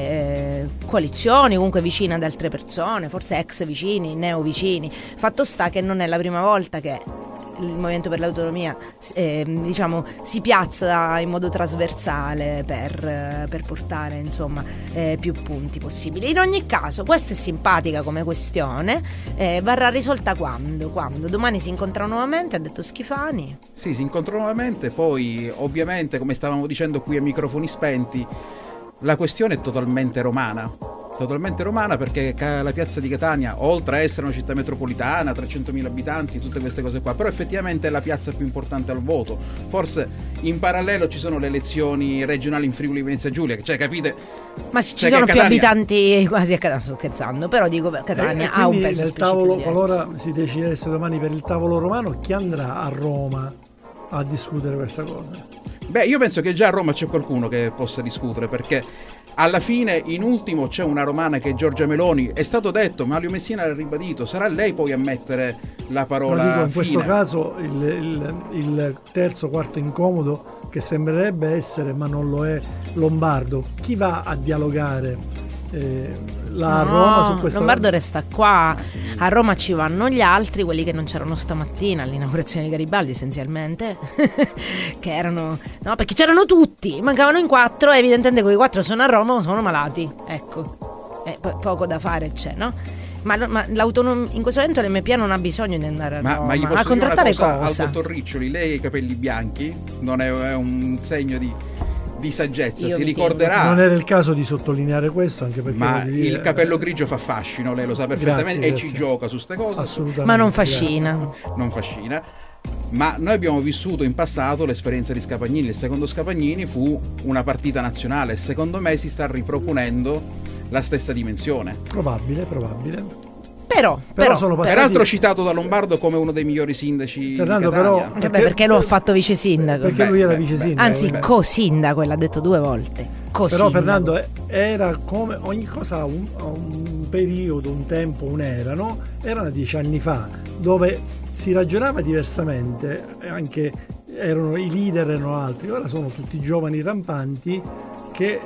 eh, coalizioni, comunque vicine ad altre persone, forse ex vicini, neo vicini. Fatto sta che non è la prima volta che il Movimento per l'Autonomia eh, diciamo si piazza in modo trasversale per, eh, per portare insomma eh, più punti possibili. In ogni caso questa è simpatica come questione, eh, verrà risolta quando? Quando? Domani si incontra nuovamente, ha detto Schifani. Sì, si incontrò nuovamente, poi ovviamente, come stavamo dicendo qui a microfoni spenti, la questione è totalmente romana. Totalmente romana perché ca- la piazza di Catania, oltre a essere una città metropolitana, trecentomila abitanti, tutte queste cose qua, però effettivamente è la piazza più importante al voto. Forse in parallelo ci sono le elezioni regionali in Friuli Venezia Giulia, cioè capite? Ma sì, ci Cioè che sono più Catania- abitanti quasi a Catania, sto scherzando, però dico Catania E- e ha un quindi peso nel specifico tavolo, diverso. qualora si decidesse domani per il tavolo romano, chi andrà a Roma a discutere questa cosa? Beh, io penso che già a Roma c'è qualcuno che possa discutere, perché alla fine, in ultimo, c'è una romana che è Giorgia Meloni. È stato detto, Mario Messina l'ha ribadito, sarà lei poi a mettere la parola No, dico, in fine. questo caso il, il- il terzo, quarto incomodo, che sembrerebbe essere, ma non lo è, Lombardo, chi va a dialogare eh, la No, Roma su questa Lombardo resta qua. sì. A Roma ci vanno gli altri, quelli che non c'erano stamattina all'inaugurazione di Garibaldi essenzialmente, che erano, no, perché c'erano tutti, mancavano in quattro e evidentemente quei quattro sono a Roma o sono malati, ecco. Eh, po- poco da fare c'è, no? Ma, ma l'autonom- in questo momento l'M P A non ha bisogno di andare a Ma, Roma ma gli posso a dire una contrattare cosa, cosa? al dottor Riccioli, lei ha i capelli bianchi, non è, è un segno di, di saggezza, Io si mi ricorderà. Non era il caso di sottolineare questo, anche perché Ma voglio dire, il capello grigio fa fascino, lei lo sa Grazie, perfettamente, e grazie. ci gioca su ste cose. assolutamente Ma non grazie. fascina. Non fascina. Ma noi abbiamo vissuto in passato l'esperienza di Scapagnini. Il secondo Scapagnini fu una partita nazionale. Secondo me si sta riproponendo la stessa dimensione. Probabile, probabile. Però, Però però sono passati... Peraltro citato da Lombardo come uno dei migliori sindaci Fernando, di Catania. però- Vabbè, perché lo ha fatto vice sindaco. Perché Beh, lui era beh, vice beh. sindaco. Anzi, Beh. co-sindaco, l'ha detto due volte. Però Co-sindaco. Fernando eh, era come ogni cosa ha un, ha un periodo, un tempo, un'era, no? Erano dieci anni fa, dove si ragionava diversamente, anche erano i leader erano altri, ora sono tutti giovani rampanti che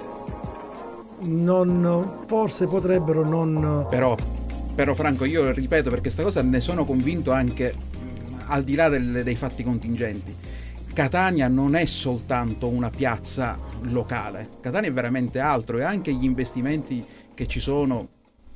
non forse potrebbero non Però, però Franco, io ripeto, perché sta cosa ne sono convinto anche mh, al di là del- dei fatti contingenti. Catania non è soltanto una piazza locale, Catania è veramente altro, e anche gli investimenti che ci sono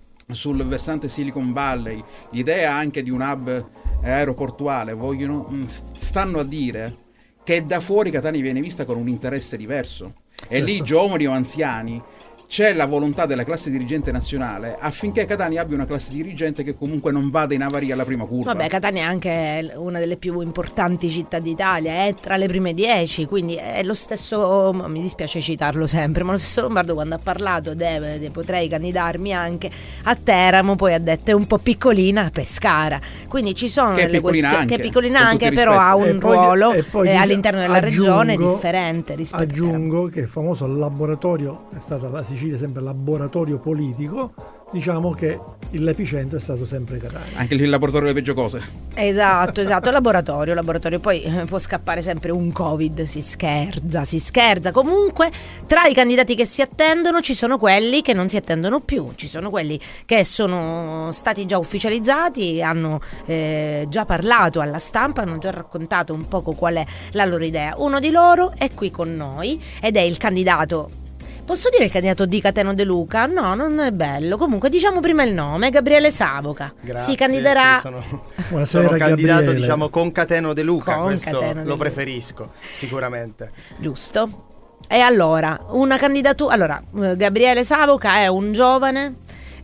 sul versante Silicon Valley, l'idea anche di un hub aeroportuale, vogliono, mh, st- stanno a dire che da fuori Catania viene vista con un interesse diverso. E Certo. lì, giovani o anziani, c'è la volontà della classe dirigente nazionale affinché Catania abbia una classe dirigente che comunque non vada in avaria alla prima curva. Vabbè, Catania è anche una delle più importanti città d'Italia, è tra le prime dieci, quindi è lo stesso, mi dispiace citarlo sempre, ma lo stesso Lombardo quando ha parlato deve, de- potrei candidarmi anche a Teramo, poi ha detto è un po' piccolina Pescara, quindi ci sono Che è delle piccolina questioni, che è anche, piccolina con anche, tutto il però ha rispetto. un E poi- ruolo e poi eh, dice- all'interno della regione aggiungo- differente rispetto a Teramo. aggiungo che il famoso laboratorio è stata la Sicilia sempre laboratorio politico, diciamo che l'epicentro è stato sempre Catania. Anche lì il laboratorio delle peggio cose. Esatto, esatto, laboratorio, laboratorio, poi eh, può scappare sempre un Covid, si scherza, si scherza. Comunque, tra i candidati che si attendono ci sono quelli che non si attendono più, ci sono quelli che sono stati già ufficializzati, hanno eh, già parlato alla stampa, hanno già raccontato un poco qual è la loro idea. Uno di loro è qui con noi ed è il candidato. Posso dire il candidato di Cateno De Luca? No, non è bello. Comunque diciamo prima il nome, Gabriele Savoca. Grazie, si candiderà. sì, sono, Buonasera, sono candidato Gabriele. diciamo con Cateno De Luca, Con questo Cateno De lo Luca. preferisco sicuramente. Giusto. E allora, una candidatura. Allora, eh, Gabriele Savoca è un giovane,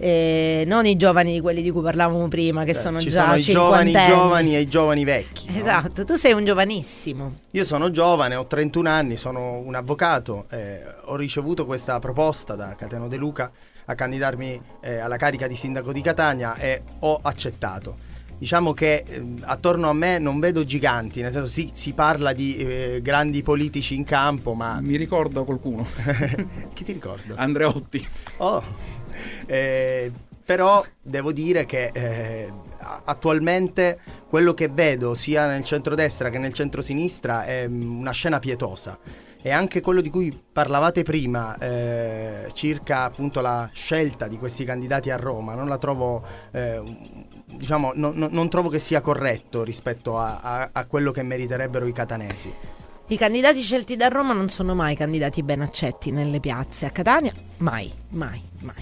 eh, non i giovani di quelli di cui parlavamo prima, che Cioè, sono ci già sono i giovani cinquantenni. giovani e i giovani vecchi, no? Esatto, tu sei un giovanissimo. Io sono giovane, ho trentuno anni, sono un avvocato, eh, ho ricevuto questa proposta da Cateno De Luca a candidarmi eh, alla carica di sindaco di Catania e ho accettato. Diciamo che eh, attorno a me non vedo giganti, nel senso sì, si parla di eh, grandi politici in campo, ma Mi ricordo qualcuno. chi ti ricorda? Andreotti. Oh. Eh, però devo dire che eh, attualmente quello che vedo sia nel centrodestra che nel centrosinistra è mm, una scena pietosa, e anche quello di cui parlavate prima eh, circa appunto la scelta di questi candidati a Roma non la trovo eh, diciamo no, no, non trovo che sia corretto rispetto a, a, a quello che meriterebbero i catanesi. I candidati scelti da Roma non sono mai candidati ben accetti nelle piazze. A Catania mai, mai, mai.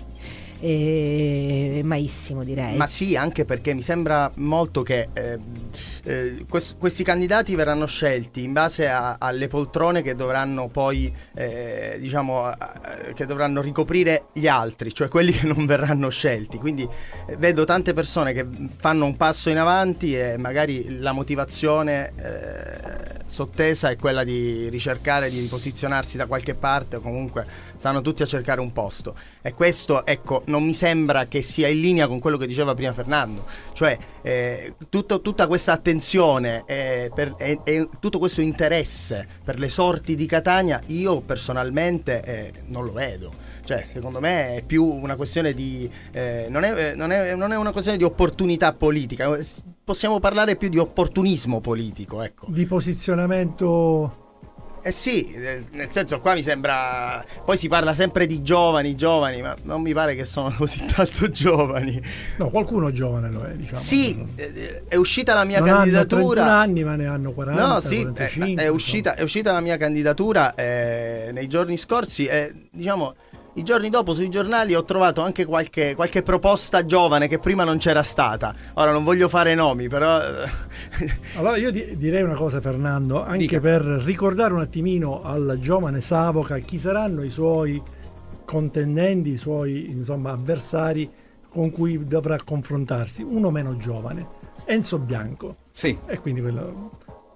E... maissimo, direi. Ma sì, anche perché mi sembra molto che eh, eh, quest- questi candidati verranno scelti in base a- alle poltrone che dovranno poi eh, diciamo a- a- che dovranno ricoprire gli altri, cioè quelli che non verranno scelti. Quindi eh, vedo tante persone che fanno un passo in avanti e magari la motivazione eh, sottesa è quella di ricercare di posizionarsi da qualche parte, o comunque stanno tutti a cercare un posto, e questo, ecco, non mi sembra che sia in linea con quello che diceva prima Fernando, cioè eh, tutto, tutta questa attenzione eh, per, e, e tutto questo interesse per le sorti di Catania io personalmente eh, non lo vedo. Cioè, secondo me è più una questione di eh, non, è, non, è, non è una questione di opportunità politica, possiamo parlare più di opportunismo politico, ecco. Di posizionamento. Eh sì, nel senso qua mi sembra, poi si parla sempre di giovani, giovani, ma non mi pare che sono così tanto giovani. No, qualcuno giovane lo è, diciamo. Sì, eh, è uscita la mia non candidatura. hanno trentuno anni, ma ne hanno quaranta, No, sì, quarantacinque. è, è, uscita, è uscita la mia candidatura eh, nei giorni scorsi e diciamo i giorni dopo sui giornali ho trovato anche qualche, qualche proposta giovane che prima non c'era stata. Ora non voglio fare nomi, però Allora io di- direi una cosa, Fernando, anche Dica. per ricordare un attimino al giovane Savoca chi saranno i suoi contendenti, i suoi insomma avversari con cui dovrà confrontarsi. Uno meno giovane, Enzo Bianco. Sì. E quindi quello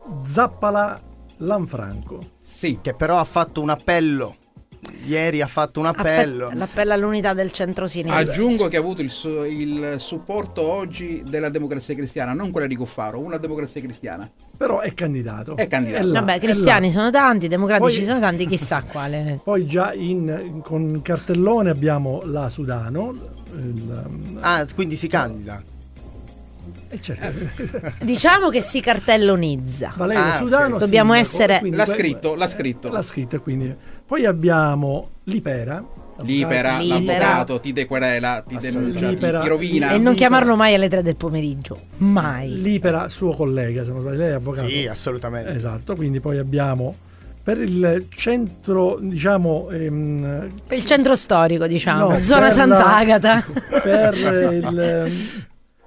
Zappala Lanfranco. Sì. Che però ha fatto un appello. Ieri ha fatto un appello. Affett- l'appello all'unità del centro-sinistra. Aggiungo che ha avuto il, su- il supporto oggi della Democrazia Cristiana, non quella di Cuffaro, una Democrazia Cristiana. Però è candidato. È candidato. È là, Vabbè, è cristiani là. sono tanti, democratici Poi- sono tanti, chissà quale. Poi già in, con cartellone abbiamo la Sudano. il- Ah, quindi si candida. eh, certo. Diciamo che si cartellonizza. Valerio Ah, Sudano. ok. Dobbiamo sindaco, essere- quindi L'ha que- scritto, l'ha scritto. L'ha scritto, quindi. Poi abbiamo Lipera. Libera, Libera. l'avvocato, ti dequerela, ti denuncia, ti, Libera. ti rovina. E non Libera. chiamarlo mai alle tre del pomeriggio. Mai. L'Ipera, suo collega, se non sbaglio, lei è avvocato. Sì, assolutamente. Esatto, quindi poi abbiamo per il centro, diciamo, ehm, Per il centro storico, diciamo. no, Zona per la- Sant'Agata. per il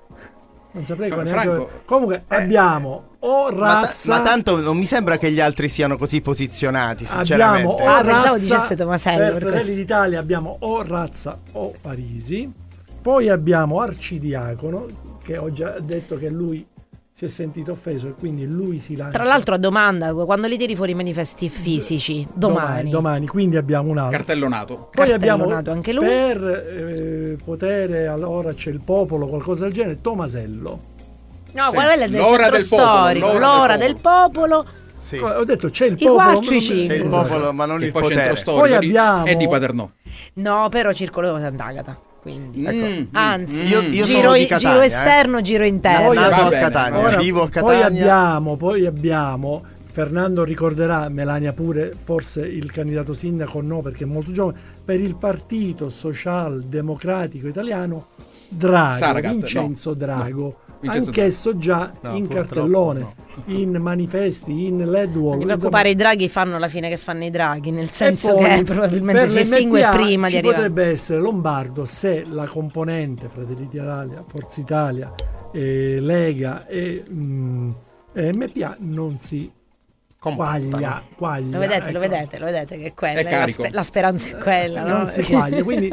non saprei Fra- qua Franco. neanche. Comunque abbiamo o Ma, ta- razza, ma tanto non mi sembra che gli altri siano così posizionati, abbiamo sinceramente. o Ah, pensavo razza dicesse Tomasello, per per Fratelli questo. d'Italia abbiamo o razza o Parisi. Poi abbiamo Arcidiacono, che ho già detto che lui si è sentito offeso e quindi lui si lancia. Tra l'altro, domanda: quando li tiri fuori i manifesti fisici? Domani. domani, domani, quindi abbiamo un altro. Cartellonato. Poi abbiamo Cartellonato anche lui. per eh, potere, allora c'è il popolo, qualcosa del genere, Tomasello. No, Sì. quello è del L'ora centro del popolo, storico. l'ora L'ora del del popolo. Sì. Ho detto c'è il I popolo. quattro, i C'è cinque. il popolo, ma non Che il poi potere. centro storico Poi di- abbiamo- è di Paternò. No, però circolo Sant'Agata. Quindi. Mm, Anzi, mm, Io, io giro, sono di i- Catania, giro eh. esterno, giro interno. Poi- Nato Va a bene. Catania, Ora, vivo a poi Catania. abbiamo, poi abbiamo, Fernando ricorderà, Melania pure, forse il candidato sindaco no perché è molto giovane, per il Partito Socialdemocratico Italiano, Drago, Saragat, Vincenzo no, Drago, no, Vincenzo anch'esso già No, in purtroppo cartellone, in manifesti, in L E D wall. Non ti preoccupare, i draghi fanno la fine che fanno i draghi, nel E senso poi, che probabilmente per si l'M P A estingue prima ci di arrivare. potrebbe essere Lombardo se la componente Fratelli d'Italia, Forza Italia, eh, Lega e mm, e M P A non si quaglia, quaglia Lo vedete, ecco. lo vedete, lo vedete che è quella, È la, carico. spe- la speranza è quella, no? non si quaglia, quindi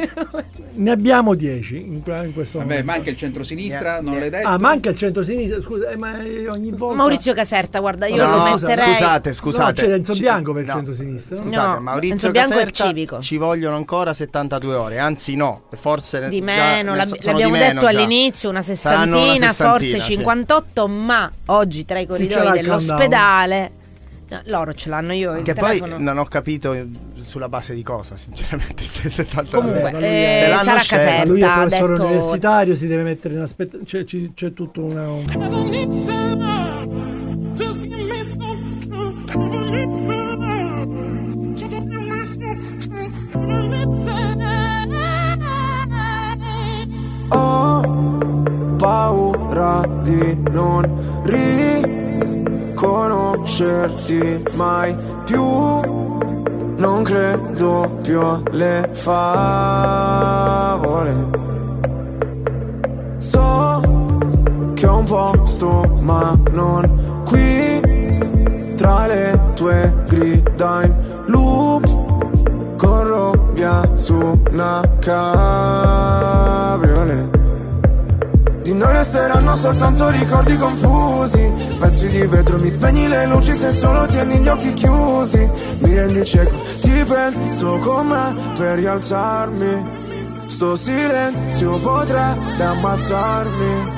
ne abbiamo dieci in, in questo Vabbè, momento. manca il centrosinistra, Yeah, non yeah. l'hai detto. Ah, manca il centro-sinistra, scusa, eh, ma eh, ogni volta Maurizio Caserta, guarda, io No, lo scusa, metterei. scusate, scusate. No, c'è Enzo Ci- Bianco per il no, centro-sinistra, no? Scusate, No, Maurizio Enzo Bianco è Caserta civico. ci vogliono ancora settantadue ore, anzi no, forse Di già meno, ne l'ab- so- sono l'abbiamo di meno detto già. all'inizio, una Saranno sessantina, una sessantina, forse sì. cinquantotto, ma oggi tra i ce l'ha corridoi il countdown? dell'ospedale no, loro ce l'hanno, io il Che telefono. poi non ho capito sulla base di cosa, sinceramente, queste settanta Comunque, Vabbè, ma lui eh, se l'hanno Sara scelta. Ma lui è Caserta ha professore detto universitario, si deve mettere in aspetta, c'è, c'è, c'è tutto una, un... Ho paura di non riconoscerti mai più. Non credo più alle favole. So che ho un posto ma non qui. Tra le tue grida in loop corro via su una cabriolet. Di noi resteranno soltanto ricordi confusi, pezzi di vetro, mi spegni le luci se solo tieni gli occhi chiusi. Mi rendi cieco, ti penso con me per rialzarmi. Sto silenzio potrebbe ammazzarmi.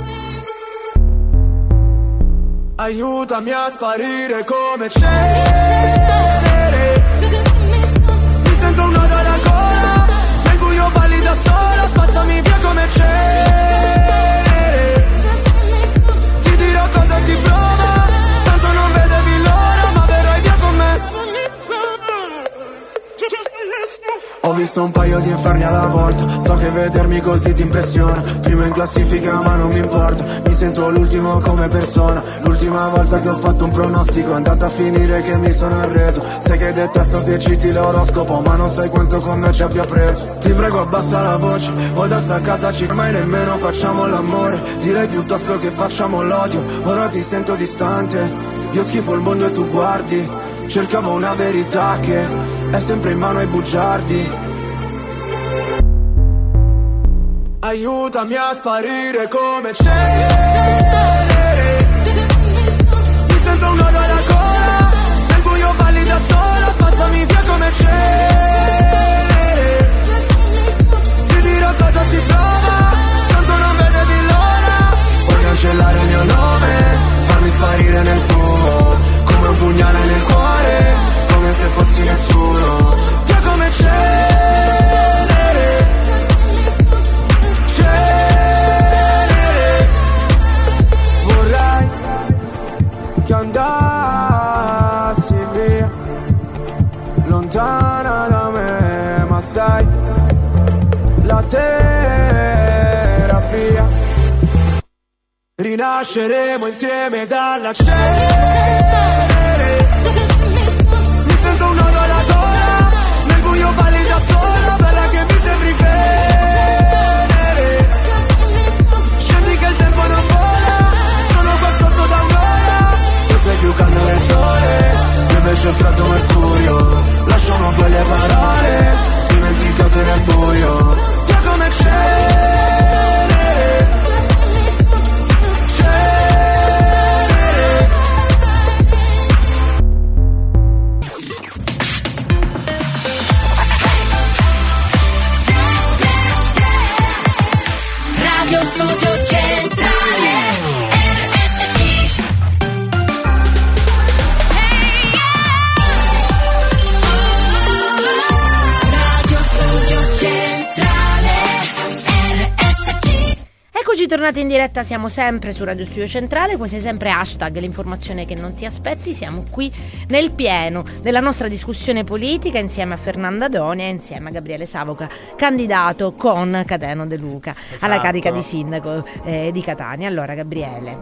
Aiutami a sparire come cenere. Mi sento un nodo alla gola, nel buio balli da sola, spazzami via come cenere. Ti dirò cosa si prova, tanto non vedevi l'ora, ma verrai via con me. Ho visto un paio di inferni alla volta, so che vedermi così ti impressiona. Primo in classifica ma non mi importa, mi sento l'ultimo come persona. L'ultima volta che ho fatto un pronostico è andata a finire che mi sono arreso. Sai che detesto che citi l'oroscopo, ma non sai quanto con me ci abbia preso. Ti prego abbassa la voce, o da sta casa ci mai nemmeno facciamo l'amore. Direi piuttosto che facciamo l'odio, ora ti sento distante. Io schifo il mondo e tu guardi, cercavo una verità che è sempre in mano ai bugiardi. Aiutami a sparire come cenere. Mi sento un passami via come cenere. Ti dirò cosa si prova, tanto non vedevi l'ora. Puoi cancellare il mio nome, farmi sparire nel fumo, come un pugnale nel cuore, come se fossi nessuno. Via come cenere, cenere. Vorrei che andassi via, lontana da me, ma sai, la terapia. Rinasceremo insieme dalla cenere. Mi sento un nodo alla gola, nel buio balli da sola, bella che mi sembri venere. Scendi che il tempo non vola, sono qua sotto da un'ora. Tu sei più caldo del sole, io invece il freddo mercurio. Lasciamo quelle parole, dimenticate nel buio. Via come cenere, cenere. Radio Studio Centrale R S C. Radio Studio Centrale R S C. Eccoci tornati in diretta, siamo sempre su Radio Studio Centrale, questo è sempre hashtag l'informazione che non ti aspetti, siamo qui nel pieno della nostra discussione politica insieme a Fernanda Donia e insieme a Gabriele Savoca, candidato con Cateno De Luca Esatto. alla carica di sindaco eh, di Catania. Allora Gabriele,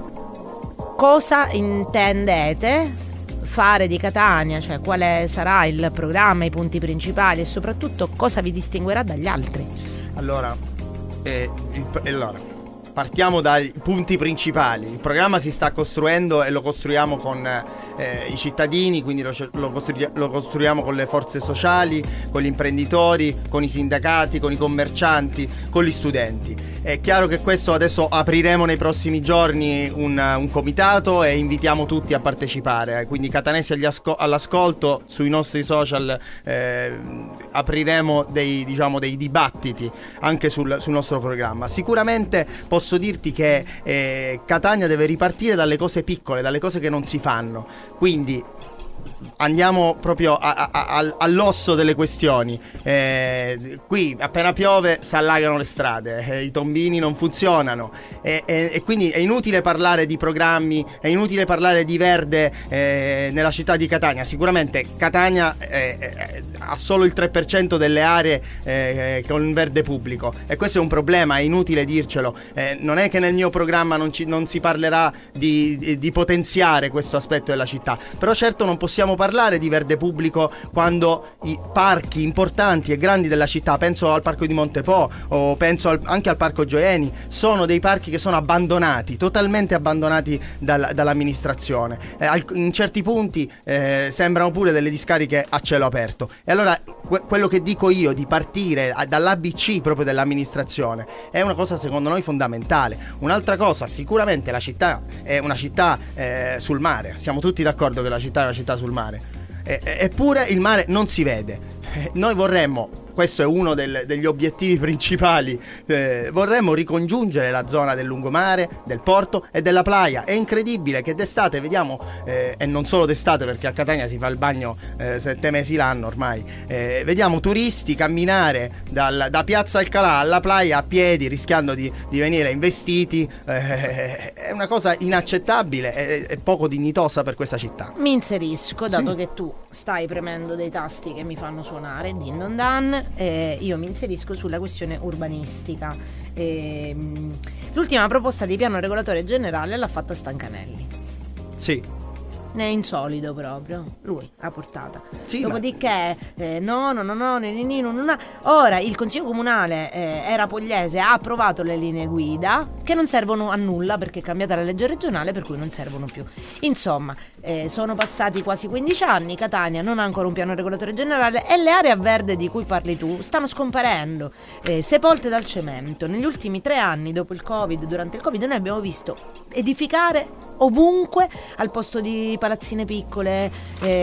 cosa intendete fare di Catania? Cioè quale sarà il programma, i punti principali e soprattutto cosa vi distinguerà dagli altri? Allora, eh, il- allora, partiamo dai punti principali. Il programma si sta costruendo e lo costruiamo con eh, i cittadini, quindi lo, lo, costrui- lo costruiamo con le forze sociali, con gli imprenditori, con i sindacati, con i commercianti, con gli studenti. È chiaro che questo adesso apriremo nei prossimi giorni un, un comitato e invitiamo tutti a partecipare. Quindi catanesi agli asco- all'ascolto, sui nostri social eh, apriremo dei, diciamo, dei dibattiti anche sul, sul nostro programma. Sicuramente posso dirti che eh, Catania deve ripartire dalle cose piccole, dalle cose che non si fanno. Quindi andiamo proprio a, a, a, all'osso delle questioni. Eh, qui appena piove si allagano le strade, eh, i tombini non funzionano e, e, e quindi è inutile parlare di programmi, è inutile parlare di verde eh, nella città di Catania. Sicuramente Catania eh, eh, ha solo il tre per cento delle aree eh, con verde pubblico e questo è un problema, è inutile dircelo. Eh, non è che nel mio programma non, ci, non si parlerà di, di, di potenziare questo aspetto della città, però certo non possiamo parlare di verde pubblico quando i parchi importanti e grandi della città, penso al parco di Montepo o penso al, anche al parco Gioieni, sono dei parchi che sono abbandonati, totalmente abbandonati dal, dall'amministrazione. Eh, al, in certi punti eh, sembrano pure delle discariche a cielo aperto. E allora que- quello che dico io di partire a, dall'A B C proprio dell'amministrazione è una cosa secondo noi fondamentale. Un'altra cosa, sicuramente la città è una città eh, sul mare, siamo tutti d'accordo che la città è una città sul mare, e- eppure il mare non si vede. Eh, noi vorremmo, questo è uno del, degli obiettivi principali, eh, vorremmo ricongiungere la zona del lungomare, del porto e della playa. È incredibile che d'estate vediamo, eh, e non solo d'estate perché a Catania si fa il bagno eh, sette mesi l'anno ormai, eh, vediamo turisti camminare dal, da Piazza Alcalà alla playa a piedi rischiando di, di venire investiti. Eh, è una cosa inaccettabile e, e poco dignitosa per questa città. Mi inserisco, dato Sì. che tu stai premendo dei tasti che mi fanno suonare din don dan, eh, io mi inserisco sulla questione urbanistica. Eh, mh, l'ultima proposta di piano regolatore generale l'ha fatta Stancanelli. Sì. Ne è insolito proprio, lui ha portata. Sì, Dopodiché, eh, no, no, no, no, no, no, no, no. Ora il Consiglio Comunale eh, era Pogliese, ha approvato le linee guida, che che non servono a nulla perché è cambiata la legge regionale, per cui non servono più. Insomma, eh, sono passati quasi quindici anni, Catania non ha ancora un piano regolatore generale e le aree a verde di cui parli tu stanno scomparendo, eh, sepolte dal cemento. Negli ultimi tre anni, dopo il Covid, durante il Covid, noi abbiamo visto edificare ovunque, al posto di palazzine piccole,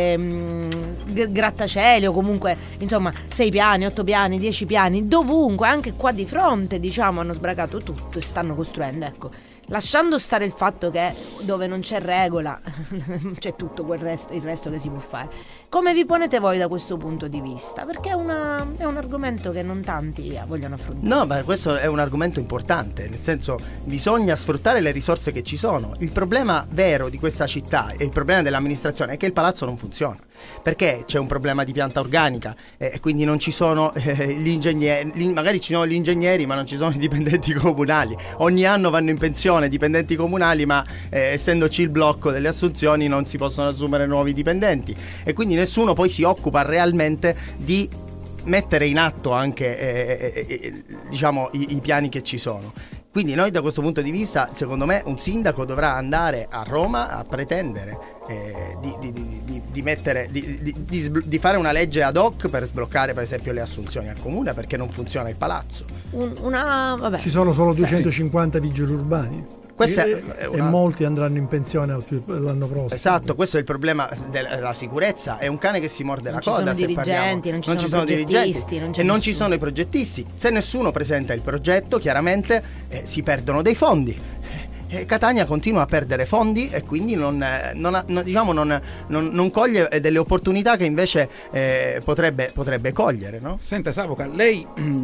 ehm, grattacieli o comunque insomma sei piani, otto piani, dieci piani, dovunque, anche qua di fronte, diciamo, hanno sbragato tutto e stanno costruendo, ecco, lasciando stare il fatto che dove non c'è regola c'è tutto quel resto, il resto che si può fare. Come vi ponete voi da questo punto di vista? Perché è, una, è un argomento che non tanti vogliono affrontare. No, ma questo è un argomento importante, nel senso, bisogna sfruttare le risorse che ci sono. Il problema vero di questa città e il problema dell'amministrazione è che il palazzo non funziona, perché c'è un problema di pianta organica e eh, quindi non ci sono eh, gli ingegneri, magari ci sono gli ingegneri ma non ci sono i dipendenti comunali. Ogni anno vanno in pensione dipendenti comunali, ma eh, essendoci il blocco delle assunzioni non si possono assumere nuovi dipendenti e quindi nessuno poi si occupa realmente di mettere in atto anche eh, eh, diciamo i, i piani che ci sono. Quindi noi da questo punto di vista, secondo me, un sindaco dovrà andare a Roma a pretendere eh, di, di, di, di, di mettere di, di, di, di fare una legge ad hoc per sbloccare per esempio le assunzioni al comune, perché non funziona il palazzo. Un, una, vabbè. Ci sono solo duecentocinquanta vigili urbani. Questa e, è una... e molti andranno in pensione l'anno prossimo. Esatto, questo è il problema della sicurezza. È un cane che si morde non la coda. Non ci sono dirigenti, non ci non sono, ci sono dirigenti non c'è e non nessuno. ci sono i progettisti. Se nessuno presenta il progetto, chiaramente eh, si perdono dei fondi. Eh, Catania continua a perdere fondi e quindi non, non, non, diciamo, non, non, non coglie delle opportunità che invece eh, potrebbe, potrebbe cogliere, no? Senta Savoca, lei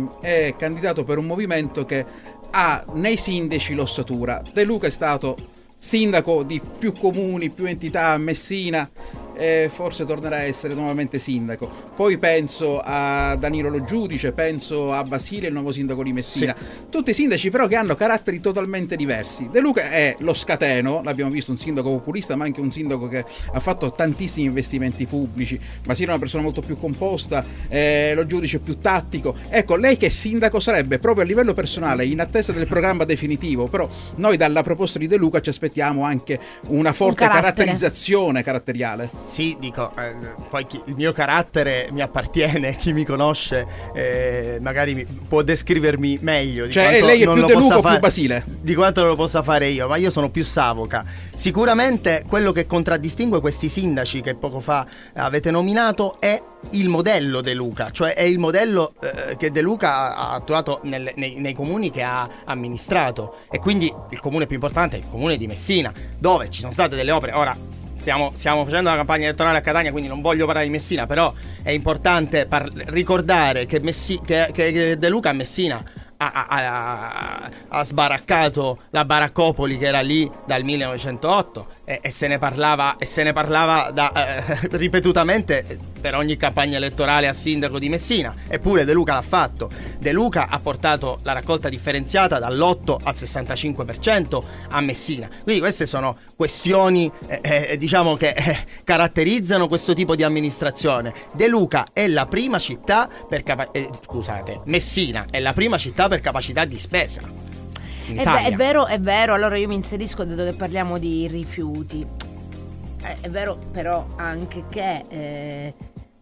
è candidato per un movimento che ha nei sindaci l'ossatura. De Luca è stato sindaco di più comuni, più entità a Messina, e forse tornerà a essere nuovamente sindaco. Poi penso a Danilo Lo Giudice, penso a Basile, il nuovo sindaco di Messina. Sì. Tutti sindaci però che hanno caratteri totalmente diversi. De Luca è lo scateno, l'abbiamo visto, un sindaco populista, ma anche un sindaco che ha fatto tantissimi investimenti pubblici. Basile è una persona molto più composta, eh, Lo Giudice più tattico. Ecco, lei che sindaco sarebbe proprio a livello personale, in attesa del programma definitivo, però noi dalla proposta di De Luca ci aspettiamo anche una forte un caratterizzazione caratteriale. Sì, dico, eh, poi chi, il mio carattere mi appartiene, chi mi conosce eh, magari mi, può descrivermi meglio. Di cioè lei è più De Luca o più Basile? Di quanto lo possa fare io, ma io sono più Savoca. Sicuramente quello che contraddistingue questi sindaci che poco fa avete nominato è il modello De Luca, cioè è il modello eh, che De Luca ha attuato nel, nei, nei comuni che ha amministrato, e quindi il comune più importante è il comune di Messina, dove ci sono state delle opere. Ora Stiamo, stiamo facendo una campagna elettorale a Catania, quindi non voglio parlare di Messina, però è importante par- ricordare che, Messi- che, che De Luca a Messina ha, ha, ha, ha sbaraccato la baraccopoli che era lì dal millenovecentootto e, e se ne parlava, e se ne parlava da, eh, ripetutamente per ogni campagna elettorale a sindaco di Messina. Eppure De Luca l'ha fatto. De Luca ha portato la raccolta differenziata dall'otto al sessantacinque per cento a Messina. Quindi queste sono questioni eh, eh, diciamo che eh, caratterizzano questo tipo di amministrazione. De Luca è la prima città per capa- eh, scusate, Messina è la prima città per capacità di spesa. È, ve- è vero, è vero. Allora io mi inserisco da dove parliamo di rifiuti. È, è vero però anche che eh,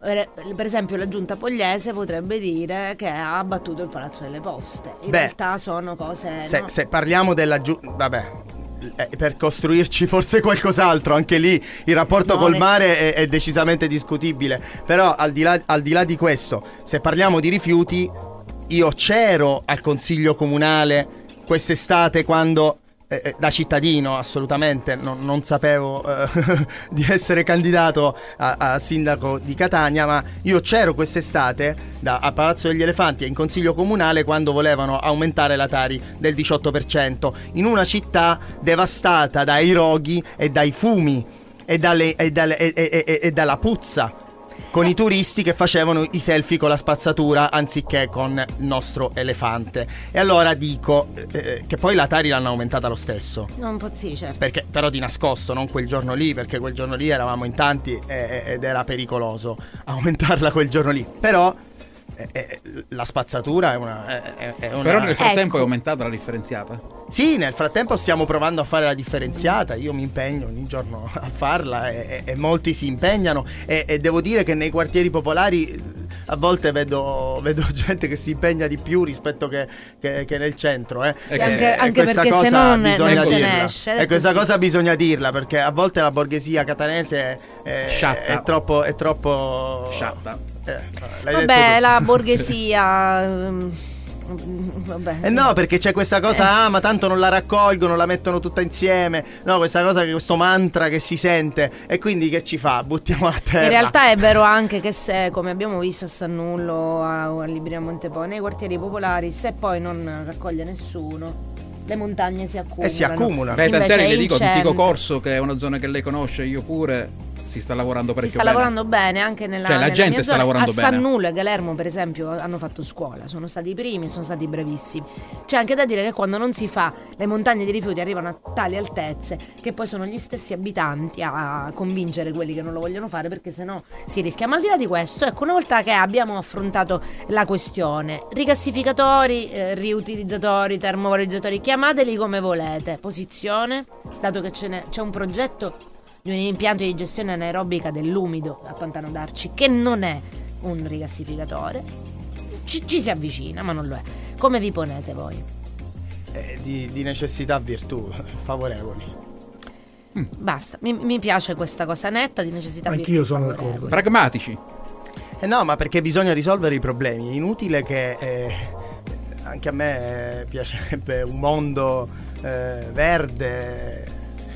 per esempio la giunta Pogliese potrebbe dire che ha abbattuto il Palazzo delle Poste. In Beh, realtà sono cose se, no? se parliamo della giunta, vabbè, eh, per costruirci forse qualcos'altro, anche lì il rapporto No, col ne- mare è, è decisamente discutibile. Però al di là, al di là di questo, se parliamo di rifiuti, io c'ero al consiglio comunale quest'estate quando eh, da cittadino assolutamente non, non sapevo eh, di essere candidato a, a sindaco di Catania, ma io c'ero quest'estate da, a Palazzo degli Elefanti e in consiglio comunale quando volevano aumentare la Tari del diciotto per cento in una città devastata dai roghi e dai fumi e, dalle, e, dalle, e, e, e, e dalla puzza, con i turisti che facevano i selfie con la spazzatura anziché con il nostro elefante. E allora dico eh, che poi la Tari l'hanno aumentata lo stesso. Un po' sì, certo. Perché, però di nascosto, non quel giorno lì, perché quel giorno lì eravamo in tanti e, ed era pericoloso aumentarla quel giorno lì. Però eh, eh, la spazzatura è una, è, è una... Però nel frattempo Ecco. è aumentata la differenziata. Sì, nel frattempo stiamo provando a fare la differenziata, io mi impegno ogni giorno a farla e, e, e molti si impegnano e, e devo dire che nei quartieri popolari a volte vedo, vedo gente che si impegna di più rispetto che, che, che nel centro. Eh. Sì, anche, anche perché se no non, è, non se ne esce. E questa cosa bisogna dirla, perché a volte la borghesia catanese è, è, è troppo... È troppo sciatta. Eh, Vabbè, la borghesia... um, Vabbè. Eh no, perché c'è questa cosa, eh. ah, ma tanto non la raccolgono, la mettono tutta insieme. No, questa cosa, che questo mantra che si sente. E quindi che ci fa? Buttiamo a terra. In realtà è vero anche che se, come abbiamo visto a Sannullo, a, a Libria Montepò, nei quartieri popolari, se poi non raccoglie nessuno, le montagne si accumulano. E si accumulano. Beh, tant'è che dico, centro... Antico Corso, che è una zona che lei conosce, io pure... Si sta lavorando parecchio bene. Si sta bene. lavorando bene anche nella, cioè, la nella gente mia sta zona. lavorando a bene. A Sannullo e a Galermo, per esempio, hanno fatto scuola. Sono stati i primi, sono stati bravissimi. C'è anche da dire che quando non si fa, le montagne di rifiuti arrivano a tali altezze che poi sono gli stessi abitanti a convincere quelli che non lo vogliono fare, perché sennò si rischia. Ma al di là di questo, ecco, una volta che abbiamo affrontato la questione, rigassificatori, eh, riutilizzatori, termovalorizzatori, chiamateli come volete. Posizione, dato che ce n'è, c'è un progetto di un impianto di gestione anaerobica dell'umido a Pantano d'Arci che non è un rigassificatore, ci, ci si avvicina ma non lo è. Come vi ponete voi? Eh, di, di necessità virtù, favorevoli. Mm. Basta, mi, mi piace questa cosa netta, di necessità virtù. Anch'io sono d'accordo. Pragmatici. Eh no, ma perché bisogna risolvere i problemi. È inutile che eh, anche a me eh, piacerebbe un mondo eh, verde,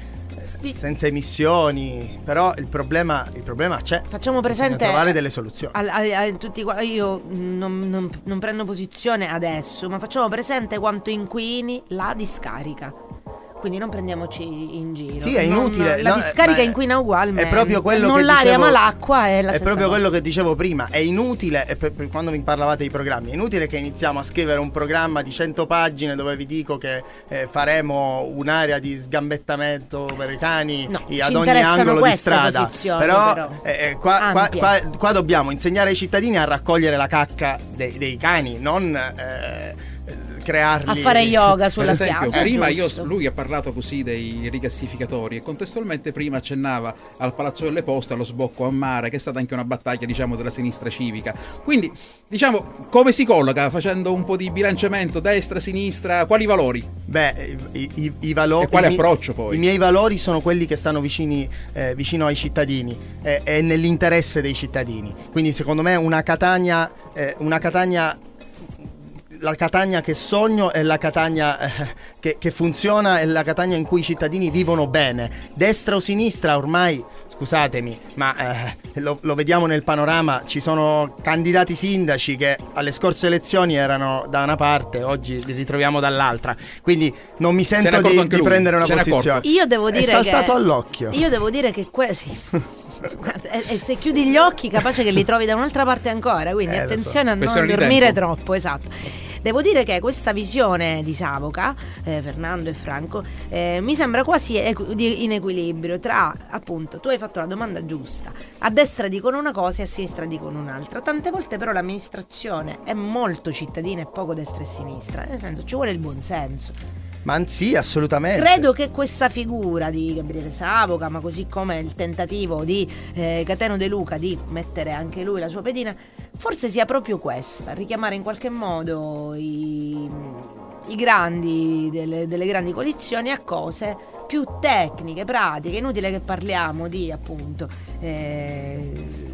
senza emissioni, però il problema, il problema c'è. Facciamo presente, bisogna trovare delle soluzioni. A, a, a tutti, io non, non, non prendo posizione adesso, ma facciamo presente quanto inquini la discarica. Quindi non prendiamoci in giro. Sì, è inutile. Non, la no, discarica inquina ugualmente. È proprio quello non che l'aria dicevo, ma l'acqua è la È stessa proprio cosa. quello che dicevo prima. È inutile, e per, per quando mi parlavate dei programmi, è inutile che iniziamo a scrivere un programma di cento pagine dove vi dico che eh, faremo un'area di sgambettamento per i cani no, ad ogni angolo di strada. Però, però eh, qua, qua, qua, qua dobbiamo insegnare ai cittadini a raccogliere la cacca dei, dei cani, non... Eh, crearli. A fare yoga sulla per esempio, spiaggia. Prima io, lui ha parlato così dei rigassificatori e contestualmente prima accennava al Palazzo delle Poste, allo sbocco a mare, che è stata anche una battaglia, diciamo, della sinistra civica. Quindi, diciamo, come si colloca facendo un po' di bilanciamento destra, sinistra, quali valori? Beh, i, i, i valori. E quale i approccio poi? I miei valori sono quelli che stanno vicini, eh, vicino ai cittadini e eh, nell'interesse dei cittadini. Quindi, secondo me, una Catania, eh, una Catania. La Catania che sogno è la Catania eh, che, che funziona, è la Catania in cui i cittadini vivono bene. Destra o sinistra ormai, scusatemi, ma eh, lo, lo vediamo nel panorama, ci sono candidati sindaci che alle scorse elezioni erano da una parte, oggi li ritroviamo dall'altra. Quindi non mi sento di, di prendere una posizione. Io devo dire è saltato che, all'occhio. Io devo dire che questi... Guarda, e, e se chiudi gli occhi capace che li trovi da un'altra parte ancora, quindi eh, attenzione so. a non Questione di dormire tempo. troppo, esatto. Devo dire che questa visione di Savoca, eh, Fernando e Franco, eh, mi sembra quasi equ- di, in equilibrio tra, appunto, tu hai fatto la domanda giusta, a destra dicono una cosa e a sinistra dicono un'altra. Tante volte però l'amministrazione è molto cittadina e poco destra e sinistra, nel senso ci vuole il buonsenso. Ma sì, assolutamente. Credo che questa figura di Gabriele Savoca, ma così come il tentativo di eh, Cateno De Luca di mettere anche lui la sua pedina, forse sia proprio questa, richiamare in qualche modo i, i grandi delle, delle grandi coalizioni a cose più tecniche, pratiche. Inutile che parliamo di, appunto, eh,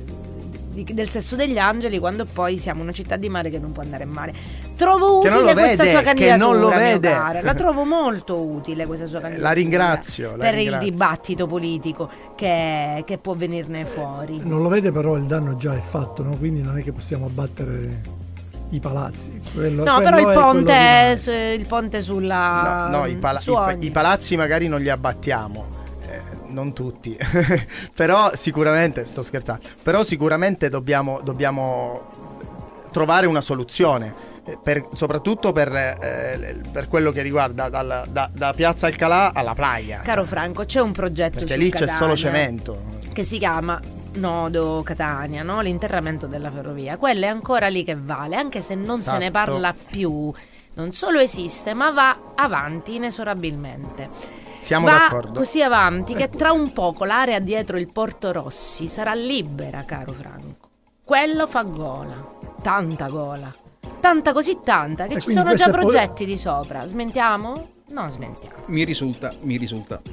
di, del sesso degli angeli quando poi siamo una città di mare che non può andare in mare. Trovo utile questa vede, sua candidatura, che non lo mio vede. caro. La trovo molto utile questa sua candidatura. La ringrazio. La per ringrazio. il dibattito politico che, che può venirne fuori. Non lo vede, però il danno già è fatto, no? Quindi non è che possiamo abbattere i palazzi. Quello, no, quello però il ponte, su, il ponte sulla... No, no i, pala- i, pa- i palazzi magari non li abbattiamo. Eh, non tutti. Però sicuramente, sto scherzando, però sicuramente dobbiamo, dobbiamo trovare una soluzione. Per, soprattutto per, eh, per quello che riguarda dal, da, da Piazza Alcalá alla playa. Caro Franco, c'è un progetto perché su lì Catania c'è solo cemento che si chiama Nodo Catania, no? L'interramento della ferrovia. Quello è ancora lì che vale, anche se non esatto. se ne parla più. non solo esiste, ma va avanti inesorabilmente. Siamo va d'accordo. così avanti che tra un poco l'area dietro il Porto Rossi sarà libera, caro Franco. Quello fa gola, tanta gola, tanta così tanta che E ci quindi sono già questa è poi- progetti di sopra. Smentiamo? Non smentiamo. Mi risulta, mi risulta.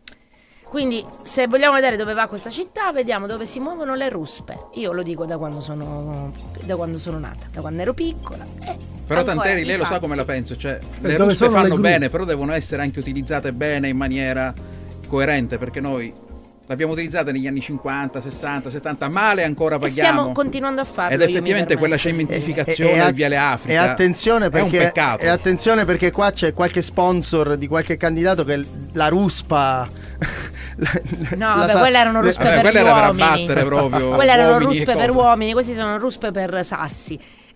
Quindi se vogliamo vedere dove va questa città, vediamo dove si muovono le ruspe. Io lo dico da quando sono da quando sono nata, da quando ero piccola. Eh, Però ancora Tanteri, mi lei lo fa. sa come la penso, cioè E le dove ruspe sono le fanno gru? bene, però devono essere anche utilizzate bene in maniera coerente, perché noi l'abbiamo utilizzata negli anni cinquanta, sessanta, settanta, male ancora E paghiamo. stiamo continuando a farlo. Ed io mi effettivamente quella permetto. cementificazione E- e- del e- Viale Africa E attenzione è un perché, peccato. e attenzione perché qua c'è qualche sponsor di qualche candidato che la ruspa. la- No, la vabbè, sa- quelle erano ruspe Vabbè, per quelle gli era per uomini. abbattere proprio Quelle erano uomini e ruspe per cose. uomini, questi sono ruspe per sassi.